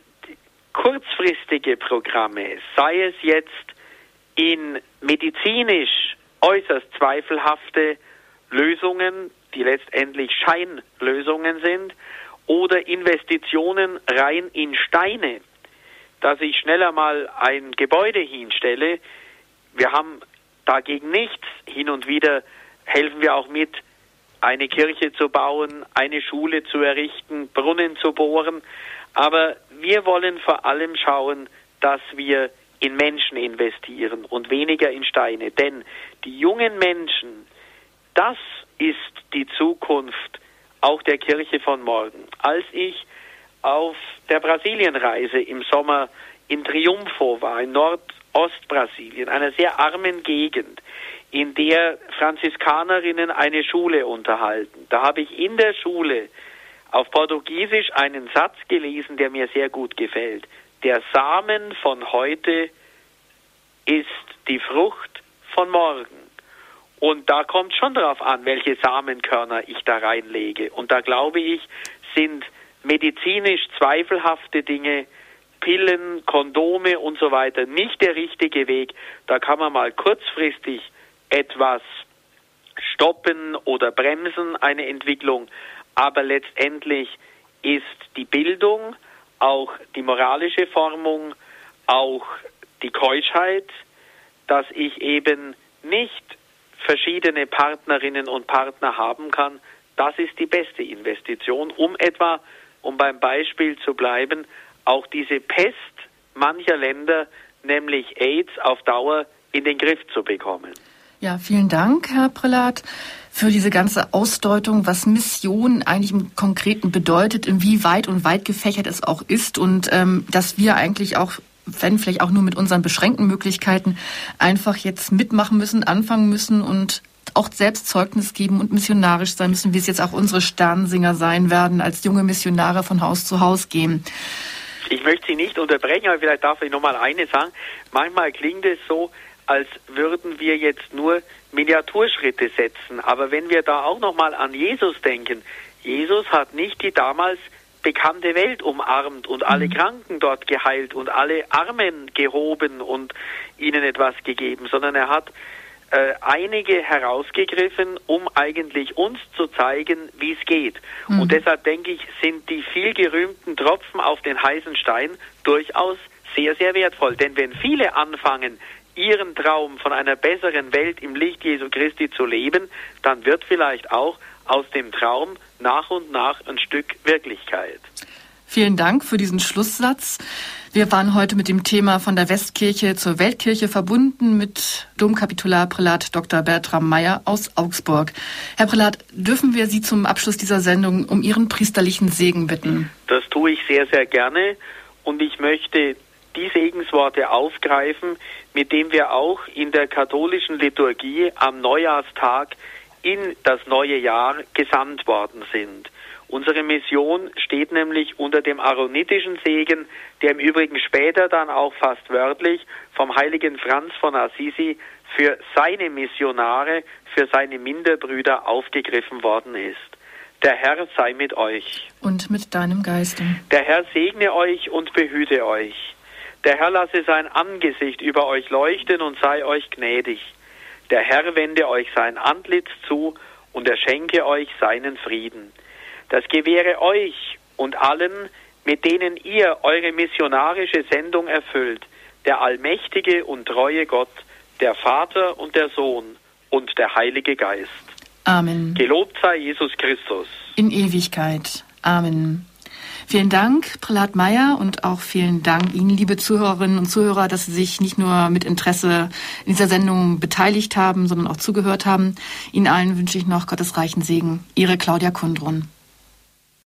kurzfristige Programme, sei es jetzt in medizinisch äußerst zweifelhafte Lösungen, die letztendlich Scheinlösungen sind, oder Investitionen rein in Steine, dass ich schneller mal ein Gebäude hinstelle. Wir haben dagegen nichts. Hin und wieder helfen wir auch mit, eine Kirche zu bauen, eine Schule zu errichten, Brunnen zu bohren. Aber wir wollen vor allem schauen, dass wir in Menschen investieren und weniger in Steine. Denn die jungen Menschen, das ist die Zukunft auch der Kirche von morgen. Als ich auf der Brasilienreise im Sommer in Triunfo war, in Nordostbrasilien, einer sehr armen Gegend, in der Franziskanerinnen eine Schule unterhalten, da habe ich in der Schule auf Portugiesisch einen Satz gelesen, der mir sehr gut gefällt. Der Samen von heute ist die Frucht von morgen. Und da kommt schon darauf an, welche Samenkörner ich da reinlege. Und da glaube ich, sind medizinisch zweifelhafte Dinge, Pillen, Kondome und so weiter nicht der richtige Weg. Da kann man mal kurzfristig etwas stoppen oder bremsen, eine Entwicklung. Aber letztendlich ist die Bildung, auch die moralische Formung, auch die Keuschheit, dass ich eben nicht verschiedene Partnerinnen und Partner haben kann, das ist die beste Investition, um etwa, um beim Beispiel zu bleiben, auch diese Pest mancher Länder, nämlich AIDS, auf Dauer in den Griff zu bekommen. Ja, vielen Dank, Herr Prälat, für diese ganze Ausdeutung, was Mission eigentlich im Konkreten bedeutet, inwieweit und weit gefächert es auch ist und ähm, dass wir eigentlich auch, wenn vielleicht auch nur mit unseren beschränkten Möglichkeiten, einfach jetzt mitmachen müssen, anfangen müssen und auch selbst Zeugnis geben und missionarisch sein müssen, wie es jetzt auch unsere Sternensinger sein werden, als junge Missionare von Haus zu Haus gehen. Ich möchte Sie nicht unterbrechen, aber vielleicht darf ich noch mal eines sagen. Manchmal klingt es so, als würden wir jetzt nur Miniaturschritte setzen. Aber wenn wir da auch noch mal an Jesus denken, Jesus hat nicht die damals bekannte Welt umarmt und alle Kranken dort geheilt und alle Armen gehoben und ihnen etwas gegeben, sondern er hat äh, einige herausgegriffen, um eigentlich uns zu zeigen, wie es geht. Mhm. Und deshalb denke ich, sind die viel gerühmten Tropfen auf den heißen Stein durchaus sehr, sehr wertvoll. Denn wenn viele anfangen, ihren Traum von einer besseren Welt im Licht Jesu Christi zu leben, dann wird vielleicht auch aus dem Traum nach und nach ein Stück Wirklichkeit. Vielen Dank für diesen Schlusssatz. Wir waren heute mit dem Thema von der Westkirche zur Weltkirche verbunden mit Domkapitularprälat Doktor Bertram Meyer aus Augsburg. Herr Prälat, dürfen wir Sie zum Abschluss dieser Sendung um Ihren priesterlichen Segen bitten? Das tue ich sehr, sehr gerne und ich möchte die Segensworte aufgreifen, mit dem wir auch in der katholischen Liturgie am Neujahrstag in das neue Jahr gesandt worden sind. Unsere Mission steht nämlich unter dem aaronitischen Segen, der im Übrigen später dann auch fast wörtlich vom heiligen Franz von Assisi für seine Missionare, für seine Minderbrüder aufgegriffen worden ist. Der Herr sei mit euch. Und mit deinem Geiste. Der Herr segne euch und behüte euch. Der Herr lasse sein Angesicht über euch leuchten und sei euch gnädig. Der Herr wende euch sein Antlitz zu und er schenke euch seinen Frieden. Das gewähre euch und allen, mit denen ihr eure missionarische Sendung erfüllt, der allmächtige und treue Gott, der Vater und der Sohn und der Heilige Geist. Amen. Gelobt sei Jesus Christus. In Ewigkeit. Amen. Vielen Dank, Prälat Meyer, und auch vielen Dank Ihnen, liebe Zuhörerinnen und Zuhörer, dass Sie sich nicht nur mit Interesse in dieser Sendung beteiligt haben, sondern auch zugehört haben. Ihnen allen wünsche ich noch Gottes reichen Segen. Ihre Claudia Kundrun.